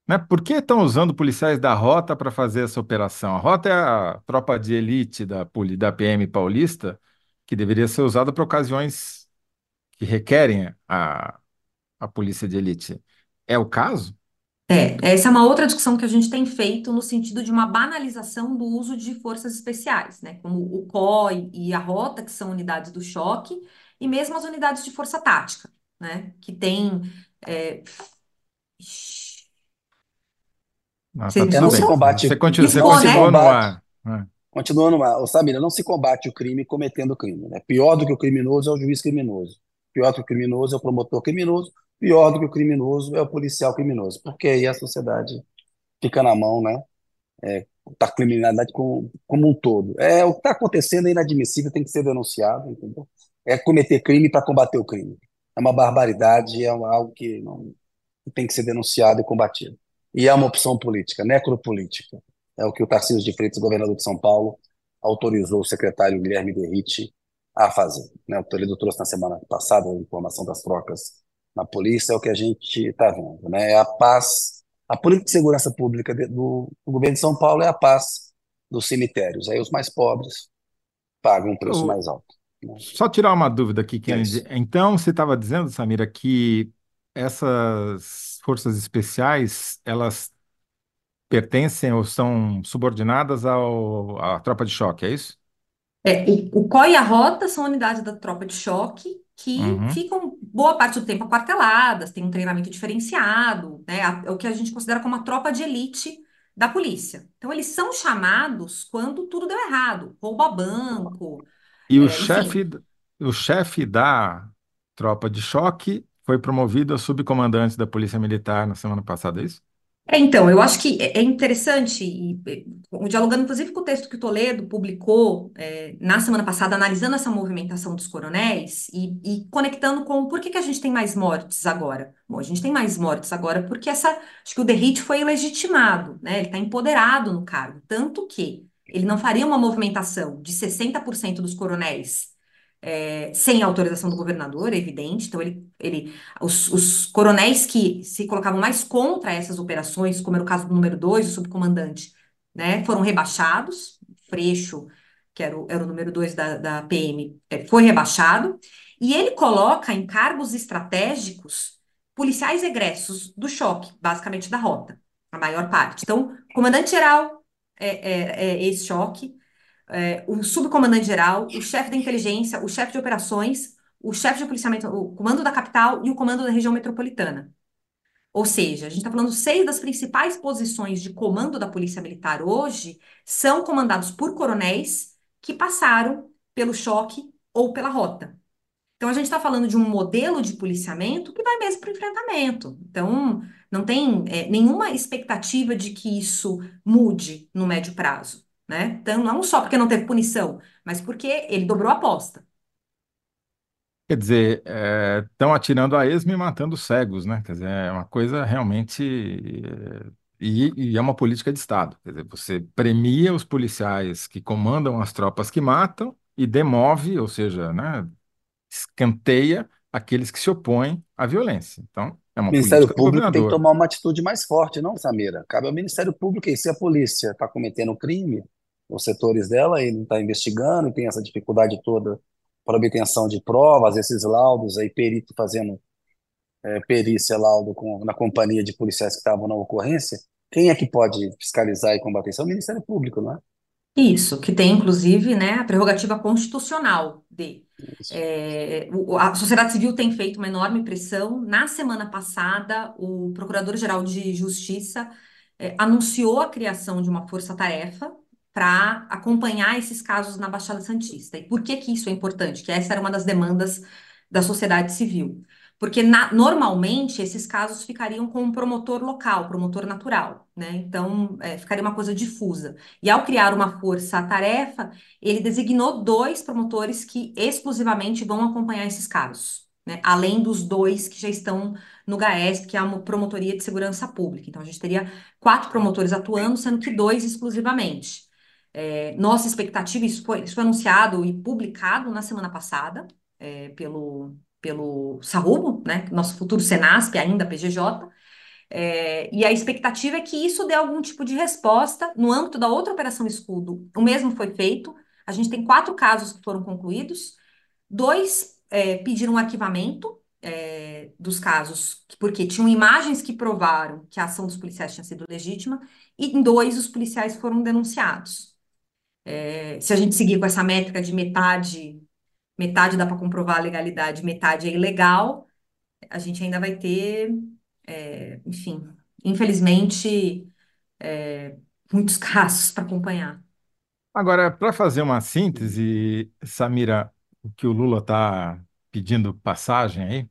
Né? Por que estão usando policiais da Rota para fazer essa operação? A Rota é a tropa de elite da PM paulista, que deveria ser usada para ocasiões que requerem a polícia de elite. É o caso? Essa é uma outra discussão que a gente tem feito no sentido de uma banalização do uso de forças especiais, né? Como o COI e a Rota, que são unidades do choque, e mesmo as unidades de força tática, né? Que tem. é, Ah, Você tá me Não tudo se bem. escutou? combate, não Piscou, se Você né? continuou no combate, ar. Ah. continuando lá, ô Samira, não se combate o crime cometendo crime, né? Pior do que o criminoso é o juiz criminoso. Pior do que o criminoso é o promotor criminoso. Pior do que o criminoso é o policial criminoso. Porque aí a sociedade fica na mão, né? Da criminalidade como um todo. O que está acontecendo é inadmissível, tem que ser denunciado, entendeu? É cometer crime para combater o crime. É uma barbaridade, algo que não que tem que ser denunciado e combatido. E é uma opção política, necropolítica. É o que o Tarcísio de Freitas, governador de São Paulo, autorizou o secretário Guilherme Derrite a fazer. Né? O Toledo trouxe na semana passada a informação das trocas na polícia, é o que a gente está vendo. Né? É a paz, a política de segurança pública do governo de São Paulo é a paz dos cemitérios. Aí os mais pobres pagam um preço Eu- mais alto. Né? Só tirar uma dúvida aqui, É Kennedy. isso. Então, você estava dizendo, Samira, que essas forças especiais, elas pertencem ou são subordinadas à tropa de choque, é isso? O COI e a Rota são unidades da tropa de choque que Uhum. ficam boa parte do tempo aquarteladas, têm um treinamento diferenciado, né? É o que a gente considera como a tropa de elite da polícia. Então, eles são chamados quando tudo deu errado, roubo a banco, E enfim. o chefe da tropa de choque foi promovido a subcomandante da Polícia Militar na semana passada, é isso? Então, eu acho que é interessante, dialogando inclusive com o texto que o Toledo publicou na semana passada, analisando essa movimentação dos coronéis e conectando com por que que a gente tem mais mortes agora. Bom, a gente tem mais mortes agora porque acho que o Derrite foi legitimado, né? Ele está empoderado no cargo, tanto que ele não faria uma movimentação de 60% dos coronéis sem autorização do governador, é evidente. Então, os coronéis que se colocavam mais contra essas operações, como era o caso do número 2, o subcomandante, né, foram rebaixados. Freixo, que era o número 2 da PM, foi rebaixado. E ele coloca em cargos estratégicos policiais egressos do choque, basicamente da rota, a maior parte. Então, comandante-geral é ex-choque, o subcomandante-geral, o chefe da inteligência, o chefe de operações, o chefe de policiamento, o comando da capital e o comando da região metropolitana. Ou seja, a gente está falando seis das principais posições de comando da Polícia Militar hoje são comandados por coronéis que passaram pelo choque ou pela rota. Então, a gente está falando de um modelo de policiamento que vai mesmo para o enfrentamento. Então, não tem nenhuma expectativa de que isso mude no médio prazo, né? Então, não só porque não teve punição, mas porque ele dobrou a aposta. Quer dizer, estão atirando a esmo e matando cegos, né? Quer dizer, é uma coisa realmente. E é uma política de Estado. Quer dizer, você premia os policiais que comandam as tropas que matam e demove, ou seja, né, escanteia aqueles que se opõem à violência. Então, é O uma Ministério política do Público tem que governador. tomar uma atitude mais forte, não, Samira? Cabe ao Ministério Público, e se a polícia está cometendo crime, os setores dela, e não está investigando, e tem essa dificuldade toda para obtenção de provas, esses laudos aí, perito fazendo perícia, laudo na companhia de policiais que estavam na ocorrência, quem é que pode fiscalizar e combater isso? É o Ministério Público, não é? Isso, que tem, inclusive, né, a prerrogativa constitucional de. Isso. A sociedade civil tem feito uma enorme pressão. Na semana passada, o Procurador-Geral de Justiça anunciou a criação de uma força-tarefa para acompanhar esses casos na Baixada Santista. E por que que isso é importante? Que essa era uma das demandas da sociedade civil. Porque normalmente esses casos ficariam com um promotor local, promotor natural, né? Então, ficaria uma coisa difusa. E ao criar uma força-tarefa, ele designou dois promotores que exclusivamente vão acompanhar esses casos, né? Além dos dois que já estão no GAESP, que é a Promotoria de Segurança Pública. Então, a gente teria quatro promotores atuando, sendo que dois exclusivamente. Nossa expectativa, isso foi anunciado e publicado na semana passada, pelo Sarubo, né? Nosso futuro Senasp, ainda PGJ. E a expectativa é que isso dê algum tipo de resposta no âmbito da outra Operação Escudo. O mesmo foi feito. A gente tem 4 casos que foram concluídos, 2 pediram arquivamento dos casos, porque tinham imagens que provaram que a ação dos policiais tinha sido legítima, e em 2 os policiais foram denunciados. Se a gente seguir com essa métrica de metade dá para comprovar a legalidade, metade é ilegal, a gente ainda vai ter, enfim, infelizmente, muitos casos para acompanhar. Agora, para fazer uma síntese, Samira, o que o Lula está pedindo passagem aí,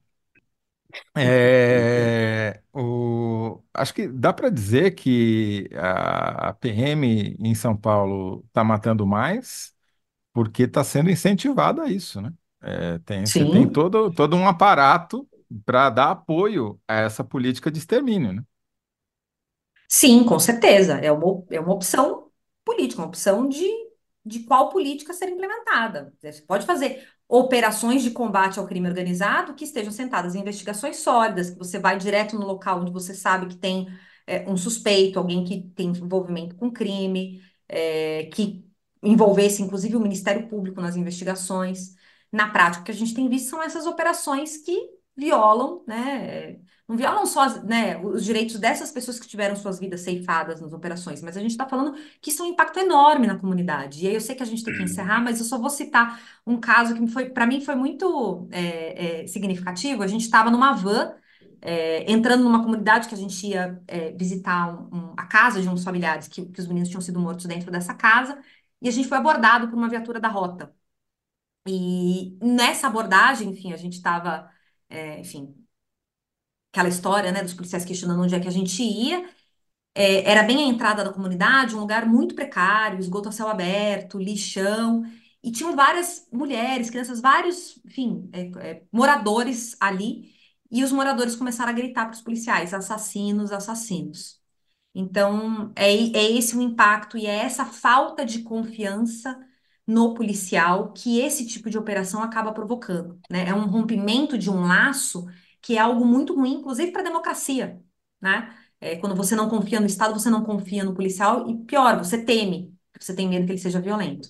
acho que dá para dizer que a PM em São Paulo está matando mais porque está sendo incentivado a isso, né? Você tem Sim. todo um aparato para dar apoio a essa política de extermínio, né? Sim, com certeza. É uma opção política, uma opção de qual política ser implementada. Você pode fazer operações de combate ao crime organizado que estejam sentadas em investigações sólidas, que você vai direto no local onde você sabe que tem um suspeito, alguém que tem envolvimento com crime, que envolvesse inclusive o Ministério Público nas investigações. Na prática, o que a gente tem visto são essas operações que violam, né? Não violam só, né, os direitos dessas pessoas que tiveram suas vidas ceifadas nas operações, mas a gente está falando que isso é um impacto enorme na comunidade. E aí eu sei que a gente tem que encerrar, mas eu só vou citar um caso que para mim foi muito significativo. A gente estava numa van, entrando numa comunidade que a gente ia visitar a casa de uns familiares que os meninos tinham sido mortos dentro dessa casa, e a gente foi abordado por uma viatura da Rota. E nessa abordagem, enfim, a gente estava, enfim, aquela história, né, dos policiais questionando onde é que a gente ia. Era bem a entrada da comunidade, um lugar muito precário, esgoto a céu aberto, lixão, e tinham várias mulheres, crianças, vários, enfim, moradores ali, e os moradores começaram a gritar para os policiais: assassinos, assassinos. Então, é esse o impacto e é essa falta de confiança no policial que esse tipo de operação acaba provocando, né? É um rompimento de um laço que é algo muito ruim, inclusive para a democracia, né? Quando você não confia no Estado, você não confia no policial e pior, você teme, você tem medo que ele seja violento.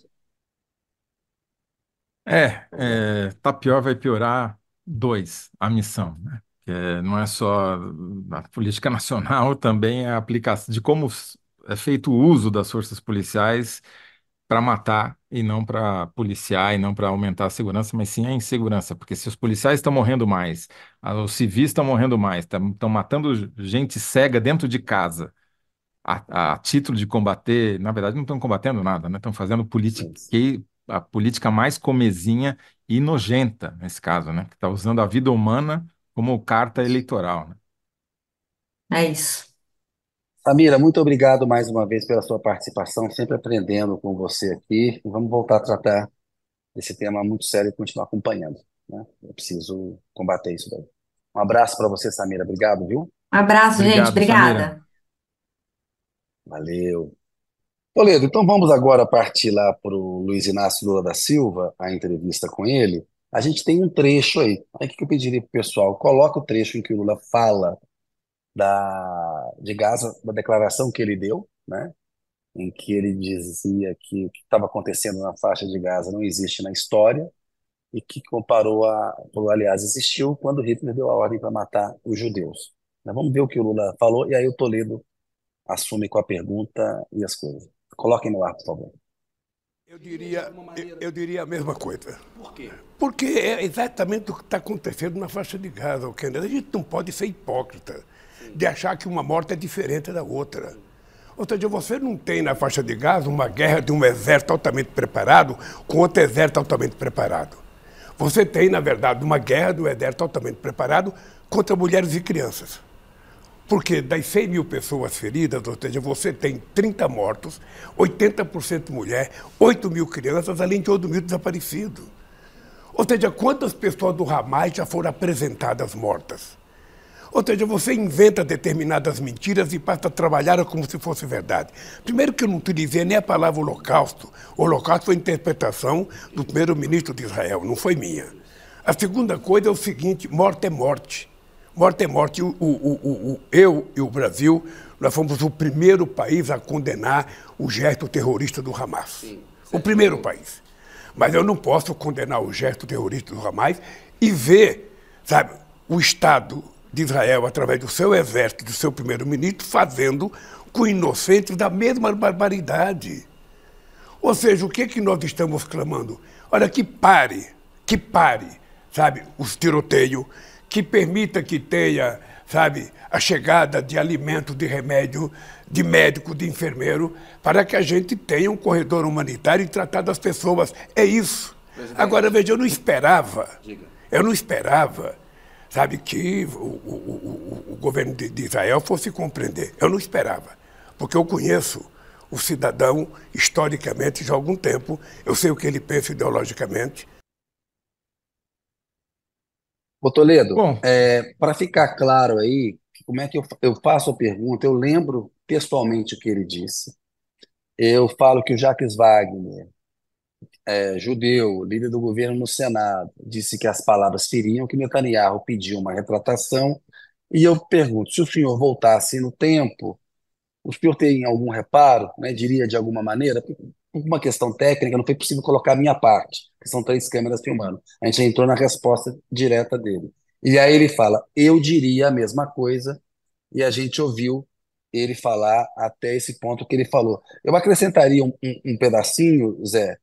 Tá pior, vai piorar dois, a missão, né? Não é só a política nacional, também é a aplicação de como é feito o uso das forças policiais para matar e não para policiar e não para aumentar a segurança, mas sim a insegurança, porque se os policiais estão morrendo mais, os civis estão morrendo mais, estão matando gente cega dentro de casa, a título de combater, na verdade não estão combatendo nada, né? Estão fazendo a política mais comezinha e nojenta nesse caso, né? Que está usando a vida humana como carta eleitoral, né? É isso. Samira, muito obrigado mais uma vez pela sua participação, sempre aprendendo com você aqui. E vamos voltar a tratar desse tema muito sério e continuar acompanhando, né? Eu preciso combater isso daí. Um abraço para você, Samira. Obrigado, viu? Um abraço, gente. Obrigado, Samira. Obrigada. Valeu. Toledo, então vamos agora partir lá para o Luiz Inácio Lula da Silva, a entrevista com ele. A gente tem um trecho aí. Aí o que eu pediria para o pessoal? Coloca o trecho em que o Lula fala de Gaza, da declaração que ele deu, né? Em que ele dizia que o que estava acontecendo na faixa de Gaza não existe na história e que aliás, existiu quando Hitler deu a ordem para matar os judeus. Mas vamos ver o que o Lula falou e aí o Toledo assume com a pergunta e as coisas. Coloquem no ar, por favor. Eu diria a mesma coisa. Por quê? Porque é exatamente o que está acontecendo na faixa de Gaza, Kennedy. A gente não pode ser hipócrita de achar que uma morte é diferente da outra. Ou seja, você não tem na faixa de Gaza uma guerra de um exército altamente preparado com outro exército altamente preparado. Você tem, na verdade, uma guerra do exército altamente preparado contra mulheres e crianças. Porque das 100 mil pessoas feridas, ou seja, você tem 30 mortos, 80% mulher, 8 mil crianças, além de 8 mil desaparecidos. Ou seja, quantas pessoas do Hamas já foram apresentadas mortas? Ou seja, você inventa determinadas mentiras e passa a trabalhar como se fosse verdade. Primeiro que eu não utilizei nem a palavra holocausto. O holocausto foi a interpretação do primeiro-ministro de Israel, não foi minha. A segunda coisa é o seguinte: morte é morte. Morte é morte. Eu e o Brasil, nós fomos o primeiro país a condenar o gesto terrorista do Hamas. Sim, o primeiro país. Mas eu não posso condenar o gesto terrorista do Hamas e ver, sabe, o Estado de Israel, através do seu exército, do seu primeiro-ministro, fazendo com inocentes da mesma barbaridade. Ou seja, o que é que nós estamos clamando? Olha, que pare, sabe, os tiroteios, que permita que tenha, sabe, a chegada de alimento, de remédio, de médico, de enfermeiro, para que a gente tenha um corredor humanitário e tratar das pessoas. É isso. Presidente. Agora, veja, eu não esperava, sabe, que o governo de Israel fosse compreender. Eu não esperava, porque eu conheço o cidadão historicamente já há algum tempo, eu sei o que ele pensa ideologicamente. Ô Toledo, Bom, para ficar claro aí, como é que eu faço a pergunta? Eu lembro textualmente o que ele disse. Eu falo que o Jacques Wagner, judeu, líder do governo no Senado, disse que as palavras feriam, que Netanyahu pediu uma retratação. E eu pergunto, se o senhor voltasse no tempo, o senhor tem algum reparo, né, diria de alguma maneira, por uma questão técnica, não foi possível colocar a minha parte, que são 3 câmeras filmando. A gente entrou na resposta direta dele. E aí ele fala, eu diria a mesma coisa, e a gente ouviu ele falar até esse ponto que ele falou. Eu acrescentaria um pedacinho, Zé,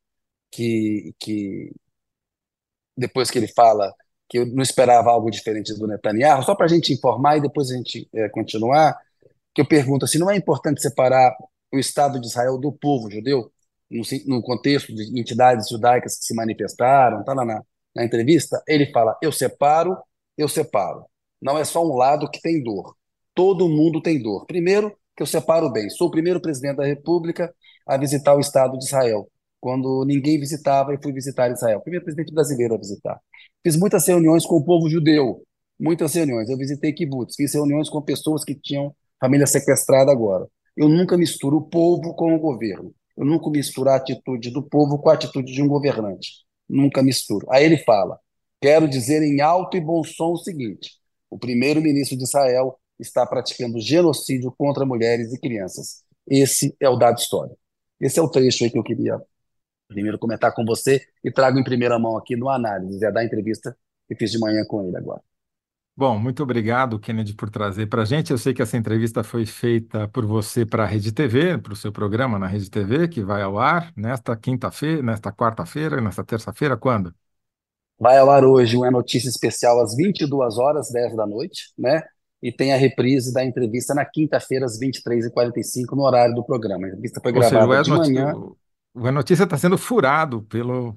que depois que ele fala que eu não esperava algo diferente do Netanyahu, só para a gente informar e depois a gente continuar, que eu pergunto assim, não é importante separar o Estado de Israel do povo judeu, no contexto de entidades judaicas que se manifestaram, tá lá na entrevista, ele fala, eu separo, eu separo. Não é só um lado que tem dor. Todo mundo tem dor. Primeiro, que eu separo bem. Sou o primeiro presidente da República a visitar o Estado de Israel, quando ninguém visitava e fui visitar Israel. Primeiro presidente brasileiro a visitar. Fiz muitas reuniões com o povo judeu, muitas reuniões. Eu visitei kibbutz, fiz reuniões com pessoas que tinham família sequestrada agora. Eu nunca misturo o povo com o governo. Eu nunca misturo a atitude do povo com a atitude de um governante. Nunca misturo. Aí ele fala: quero dizer em alto e bom som o seguinte: o primeiro-ministro de Israel está praticando genocídio contra mulheres e crianças. Esse é o dado histórico. Esse é o trecho aí que eu queria primeiro comentar com você e trago em primeira mão aqui no análise, da entrevista que fiz de manhã com ele agora. bom, muito obrigado, Kennedy, por trazer para a gente. Eu sei que essa entrevista foi feita por você para a Rede TV, para o seu programa na Rede TV, que vai ao ar nesta quinta-feira, nesta quarta-feira, nesta terça-feira, quando? Vai ao ar hoje uma notícia especial às 22 horas, 10 da noite, né? E tem a reprise da entrevista na quinta-feira, às 23h45, no horário do programa. A entrevista foi Ou seja, gravada de manhã. A notícia está sendo furado pelo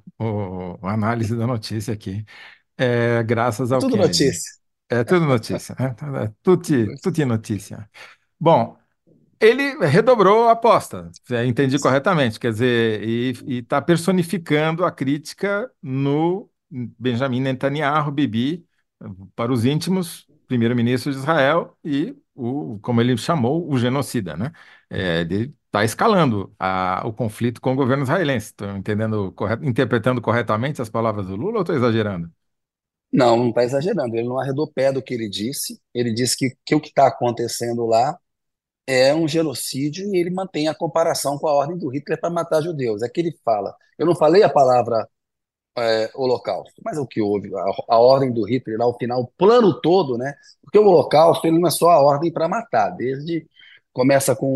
análise da notícia aqui, graças É ao tudo Kennedy. notícia. É tudo notícia, né? Tutti notícia. Bom, ele redobrou a aposta, entendi corretamente, quer dizer, e está personificando a crítica no Benjamin Netanyahu, Bibi, para os íntimos, primeiro-ministro de Israel e como ele chamou, o genocida, né? Ele está escalando o conflito com o governo israelense. Estou entendendo, interpretando corretamente as palavras do Lula ou estou exagerando? Não, não está exagerando. Ele não arredou pé do que ele disse. Ele disse que o que está acontecendo lá é um genocídio e ele mantém a comparação com a ordem do Hitler para matar judeus. É que ele fala. Eu não falei a palavra holocausto, mas é o que houve, a ordem do Hitler lá, ao final, o plano todo, né? Porque o holocausto ele não é só a ordem para matar, desde começa com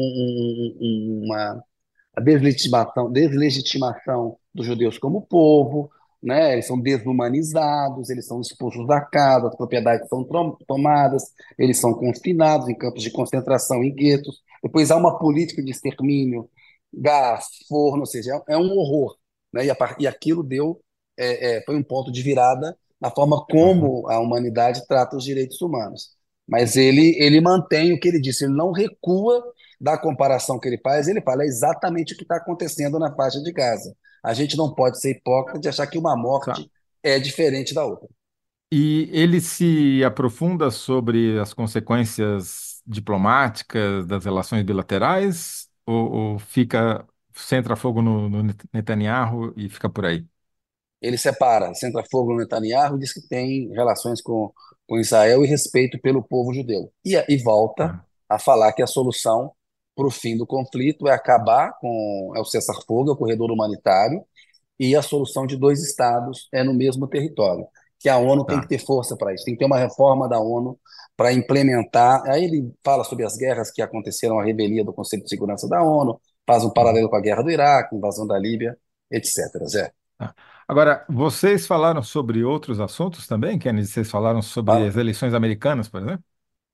uma a deslegitimação dos judeus como povo, né? Eles são desumanizados, eles são expulsos da casa, as propriedades são tomadas, eles são confinados em campos de concentração, em guetos. Depois há uma política de extermínio, gás, forno, ou seja, é um horror, né? E aquilo foi um ponto de virada na forma Uhum. como a humanidade trata os direitos humanos. Mas ele mantém o que ele disse, ele não recua da comparação que ele faz, ele fala exatamente o que está acontecendo na faixa de Gaza. A gente não pode ser hipócrita de achar que uma Tá. morte é diferente da outra. E ele se aprofunda sobre as consequências diplomáticas das relações bilaterais ou centra fogo no Netanyahu e fica por aí? Ele separa, centra fogo no Netanyahu, diz que tem relações com Israel e respeito pelo povo judeu. E volta Ah, a falar que a solução para o fim do conflito é acabar com o cessar-fogo, é o corredor humanitário, e a solução de dois estados é no mesmo território. Que a ONU tem que tá. ter força para isso, tem que ter uma reforma da ONU para implementar. Aí ele fala sobre as guerras que aconteceram, a revelia do Conselho de Segurança da ONU, faz um Uhum. paralelo com a guerra do Iraque, invasão da Líbia, etc. Zé. Tá. Agora, vocês falaram sobre outros assuntos também, Kennedy? Vocês falaram sobre Fala- as eleições americanas, por exemplo?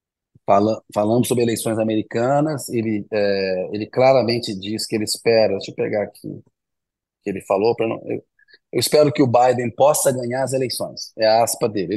Falamos sobre eleições americanas, ele claramente diz que ele espera, deixa eu pegar aqui o que ele falou, eu espero que o Biden possa ganhar as eleições. É a aspa dele.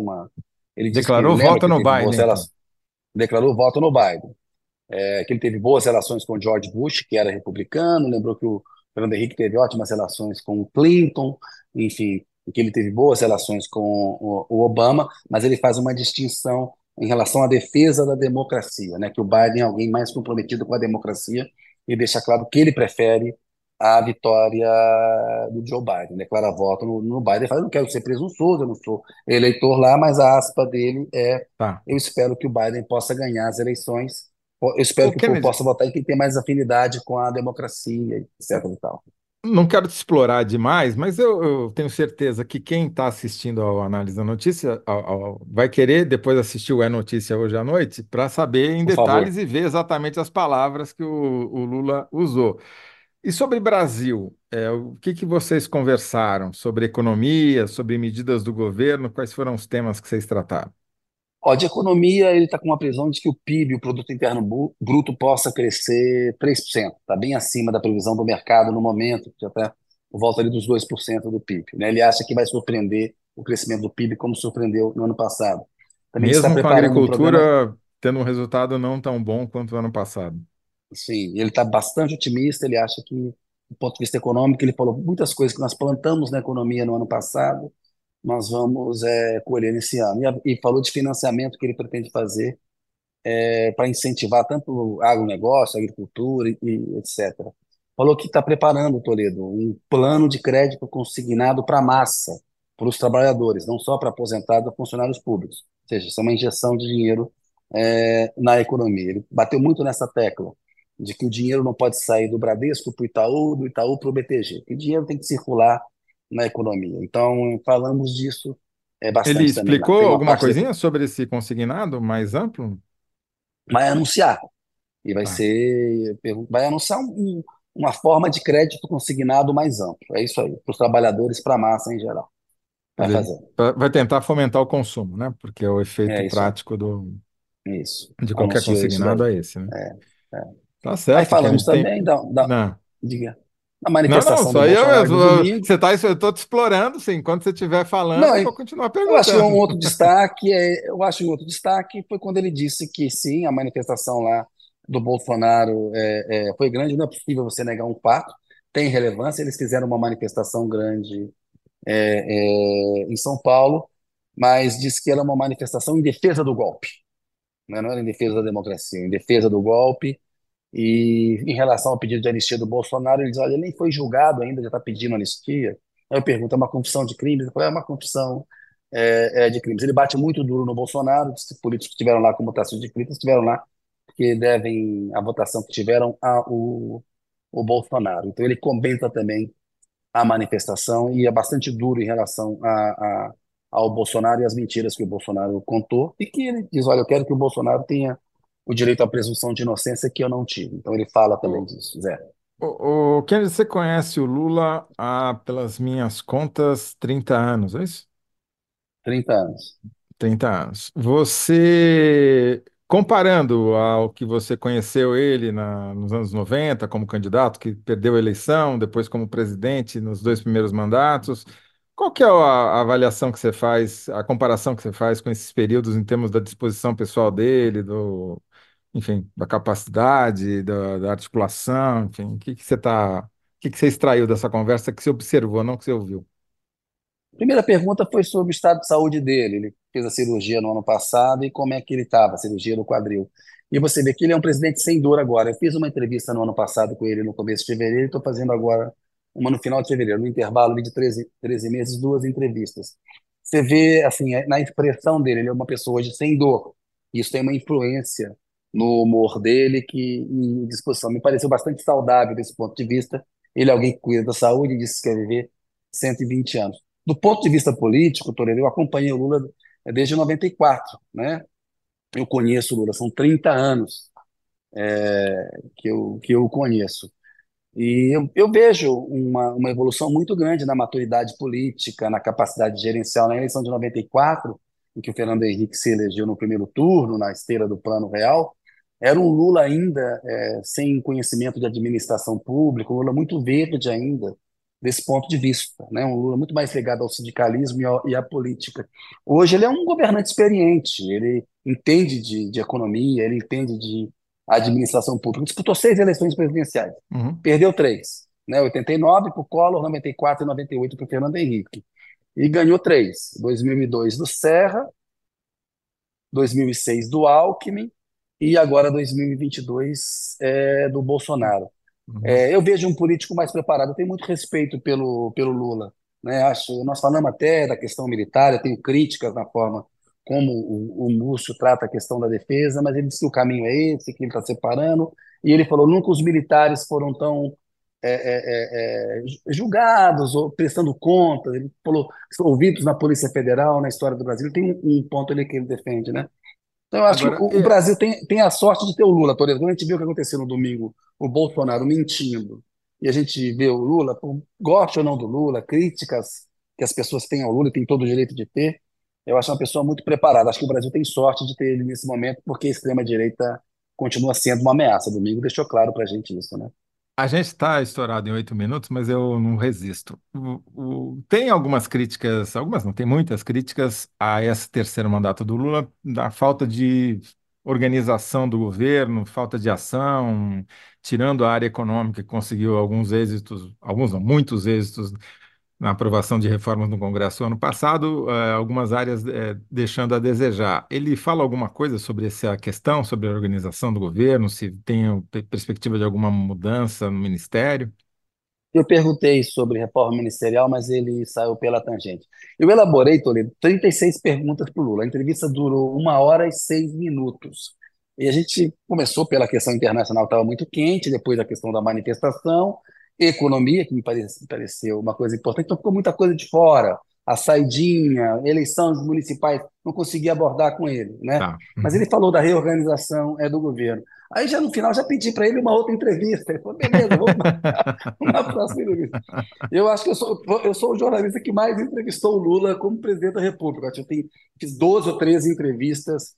Ele diz que Declarou lembra voto que ele no teve Biden, boas então. relações, declarou voto no Biden, que ele teve boas relações com George Bush, que era republicano, lembrou que o Fernando Henrique teve ótimas relações com o Clinton, enfim, que ele teve boas relações com o Obama, mas ele faz uma distinção em relação à defesa da democracia, né? Que o Biden é alguém mais comprometido com a democracia e deixa claro que ele prefere a vitória do Joe Biden, declara voto no Biden, fala, eu não quero ser presunçoso, eu não sou eleitor lá, mas a aspa dele é, Tá. eu espero que o Biden possa ganhar as eleições, eu espero Ô, que o povo Kennedy, possa votar em quem tem mais afinidade com a democracia, etc. e tal. não quero te explorar demais, mas eu tenho certeza que quem está assistindo ao Análise da Notícia vai querer depois assistir o É Notícia hoje à noite para saber em Por favor. detalhes e ver exatamente as palavras que o Lula usou. E sobre Brasil, o que que vocês conversaram sobre economia, sobre medidas do governo? Quais foram os temas que vocês trataram? Ó, de economia, ele está com uma previsão de que o PIB, o Produto Interno Bruto, possa crescer 3%. Está bem acima da previsão do mercado no momento, que já está por volta ali dos 2% do PIB. Né? Ele acha que vai surpreender o crescimento do PIB como surpreendeu no ano passado. Também está Mesmo com a preparando um programa, agricultura tendo um resultado não tão bom quanto o ano passado. sim, ele está bastante otimista, ele acha que, do ponto de vista econômico, ele falou muitas coisas que nós plantamos na economia no ano passado, nós vamos colher nesse ano. E falou de financiamento que ele pretende fazer para incentivar tanto o agronegócio, a agricultura e etc. Falou que está preparando, Toledo, um plano de crédito consignado para a massa, para os trabalhadores, não só para aposentados ou funcionários públicos. Ou seja, isso é uma injeção de dinheiro na economia. Ele bateu muito nessa tecla de que o dinheiro não pode sair do Bradesco para o Itaú, do Itaú para o BTG. Que o dinheiro tem que circular na economia. Então, falamos disso Ele bastante também lá. explicou Tem uma alguma parte coisinha sobre esse consignado mais amplo? vai anunciar. E Tá. vai anunciar uma forma de crédito consignado mais amplo. É isso aí, para os trabalhadores, para a massa em geral. Quer Vai dizer, fazer. vai tentar fomentar o consumo, né? Porque o efeito É isso aí. prático Isso. de qualquer Anunciou isso consignado daí. é esse, né? É, é. Tá Aí certo, falamos Kennedy. também Não, diga, da não, manifestação só do aí eu Bolsonaro mesmo. do domingo. Eu tô te explorando, sim. Enquanto você estiver falando, Não, eu vou continuar eu acho que um perguntando. outro destaque foi quando ele disse que sim, a manifestação lá do Bolsonaro foi grande. Não é possível você negar um fato, tem relevância. Eles fizeram uma manifestação grande em São Paulo, mas disse que era uma manifestação em defesa do golpe, né? Não era em defesa da democracia, em defesa do golpe. E em relação ao pedido de anistia do Bolsonaro, ele diz: olha, ele nem foi julgado ainda, já está pedindo anistia. Aí eu pergunto: é uma confissão de crimes? Ele falou: é uma confissão de crimes. Ele bate muito duro no Bolsonaro, diz que políticos que estiveram lá como Tarcísio de Freitas estiveram lá porque devem a votação que tiveram o Bolsonaro. Então ele comenta também a manifestação e é bastante duro em relação ao Bolsonaro e às mentiras que o Bolsonaro contou e que ele diz, olha, eu quero que o Bolsonaro tenha o direito à presunção de inocência que eu não tive. Então ele fala também O, disso, Zé. Kennedy, você conhece o Lula há, pelas minhas contas, 30 anos, é isso? 30 anos. 30 anos. Você, comparando ao que você conheceu ele nos anos 90 como candidato, que perdeu a eleição, depois como presidente nos dois primeiros mandatos, qual que é a avaliação que você faz, a comparação que você faz com esses períodos em termos da disposição pessoal dele, enfim, da capacidade, da articulação, enfim, o que que você extraiu dessa conversa que você observou, não que você ouviu? Primeira pergunta foi sobre o estado de saúde dele. Ele fez a cirurgia no ano passado e como é que ele estava, a cirurgia do quadril. E você vê que ele é um presidente sem dor agora. Eu fiz uma entrevista no ano passado com ele no começo de fevereiro e estou fazendo agora uma no final de fevereiro, no intervalo ali de 13 meses, duas entrevistas. Você vê, assim, na expressão dele, ele é uma pessoa hoje sem dor. Isso tem uma influência no humor dele que, e disposição. Me pareceu bastante saudável desse ponto de vista. Ele é alguém que cuida da saúde e disse que quer viver 120 anos. Do ponto de vista político, Toledo, eu acompanhei o Lula desde 94, né? Eu conheço o Lula, são 30 anos que eu o conheço. E eu vejo uma evolução muito grande na maturidade política, na capacidade gerencial. Na eleição de 94, em que o Fernando Henrique se elegeu no primeiro turno, na esteira do Plano Real, era um Lula ainda sem conhecimento de administração pública, um Lula muito verde ainda, desse ponto de vista, né? Um Lula muito mais ligado ao sindicalismo e à política. Hoje ele é um governante experiente, ele entende de economia, ele entende de administração pública. Disputou 6 eleições presidenciais. Uhum. Perdeu 3, né? 89 para o Collor, 94 e 98 para o Fernando Henrique. E ganhou 3. 2002 do Serra, 2006 do Alckmin e agora 2022 do Bolsonaro. Uhum. Eu vejo um político mais preparado. Eu tenho muito respeito pelo Lula, né? Nós falamos até da questão militar, eu tenho críticas na forma como o Múcio trata a questão da defesa, mas ele disse que o caminho é esse, que ele está separando, e ele falou nunca os militares foram tão julgados ou prestando contas. Ele falou que são ouvidos na Polícia Federal, na história do Brasil. Tem um ponto ali que ele defende, né? Então, eu acho que Agora, o Brasil tem a sorte de ter o Lula, por exemplo. Quando a gente viu o que aconteceu no domingo, o Bolsonaro mentindo, e a gente vê o Lula, goste ou não do Lula, críticas que as pessoas têm ao Lula e têm todo o direito de ter, eu acho uma pessoa muito preparada. Acho que o Brasil tem sorte de ter ele nesse momento, porque a extrema-direita continua sendo uma ameaça. Domingo deixou claro para a gente isso, né? a gente está estourado em 8 minutos, mas eu não resisto. Tem algumas críticas, algumas não, tem muitas críticas a esse terceiro mandato do Lula, da falta de organização do governo, falta de ação, tirando a área econômica, que conseguiu alguns êxitos, alguns não, muitos êxitos na aprovação de reformas no Congresso ano passado, algumas áreas deixando a desejar. Ele fala alguma coisa sobre essa questão, sobre a organização do governo, se tem perspectiva de alguma mudança no ministério? Eu perguntei sobre reforma ministerial, mas ele saiu pela tangente. Eu elaborei, Toledo, 36 perguntas para o Lula. A entrevista durou 1 hora e 6 minutos. E a gente começou pela questão internacional, que estava muito quente, depois a questão da manifestação, economia, que me pareceu uma coisa importante, então ficou muita coisa de fora. A saidinha, eleições municipais, não consegui abordar com ele, né? Tá. Mas Uhum. ele falou da reorganização do governo. Aí já no final já pedi para ele uma outra entrevista. Ele falou, beleza, vamos uma próxima entrevista. Eu acho que eu sou o jornalista que mais entrevistou o Lula como presidente da República. Acho que fiz 12 ou 13 entrevistas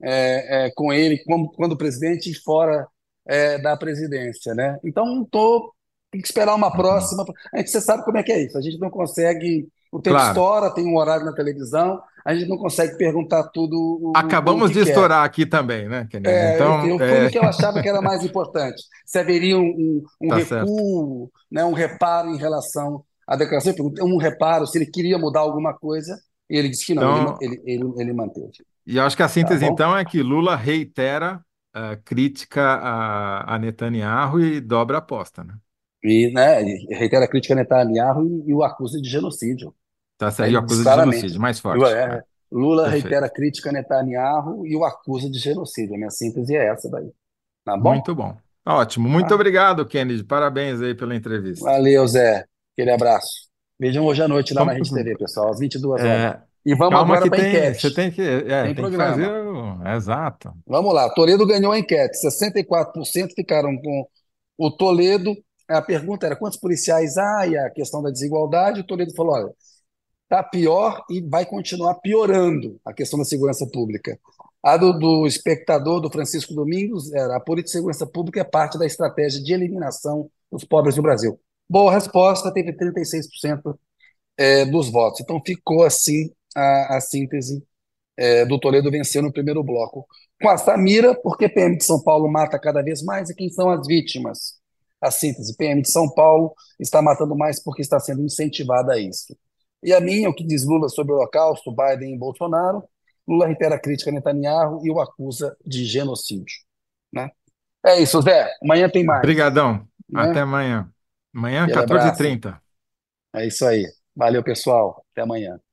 com ele quando presidente e fora da presidência, né? Então, tem que esperar uma Uhum. próxima. Você sabe como é que é isso. A gente não consegue. O tempo Claro. estoura, tem um horário na televisão, a gente não consegue perguntar tudo o Acabamos que de quer. estourar aqui também, né, Kennedy? Então, Eu fui no que eu achava que era mais importante. Se haveria um tá certo. recuo, né, um reparo em relação à declaração. Eu perguntei um reparo, se ele queria mudar alguma coisa, e ele disse que não, Então, ele manteve. e eu acho que a Tá síntese, bom? então, é que Lula reitera a crítica a Netanyahu e dobra a aposta, né? E, né, e reitera a crítica a Netanyahu e o acusa de genocídio. Tá Né, saindo ele a diz coisa de claramente. genocídio, mais Eu, forte. é, Lula reitera a Perfeito. crítica a Netanyahu e o acusa de genocídio. A minha síntese é essa daí. Tá bom? Muito bom. Ótimo. Muito Tá. obrigado, Kennedy. Parabéns aí pela entrevista. Valeu, Zé. Aquele abraço. Vejam hoje à noite lá na Rede Vamos, TV, pessoal, às 22 horas. é, E vamos calma agora que para a tem, enquete. você tem que, Tem tem que fazer programa. exato. Vamos lá. Toledo ganhou a enquete. 64% ficaram com o Toledo. A pergunta era quantos policiais há e a questão da desigualdade. O Toledo falou: olha, está pior e vai continuar piorando a questão da segurança pública. A do espectador, do Francisco Domingos, era a política de segurança pública é parte da estratégia de eliminação dos pobres do Brasil. Boa resposta, teve 36% dos votos. Então ficou assim a síntese do Toledo venceu no primeiro bloco. Com a Samira, porque PM de São Paulo mata cada vez mais, e quem são as vítimas? A síntese, PM de São Paulo está matando mais porque está sendo incentivada a isso. E a minha, o que diz Lula sobre o Holocausto, Biden e Bolsonaro, Lula reitera a crítica a Netanyahu e o acusa de genocídio. Né? É isso, Zé. Amanhã tem mais. Obrigadão. Até Né? amanhã. Amanhã, Aquele abraço. 14h30. É isso aí. Valeu, pessoal. Até amanhã.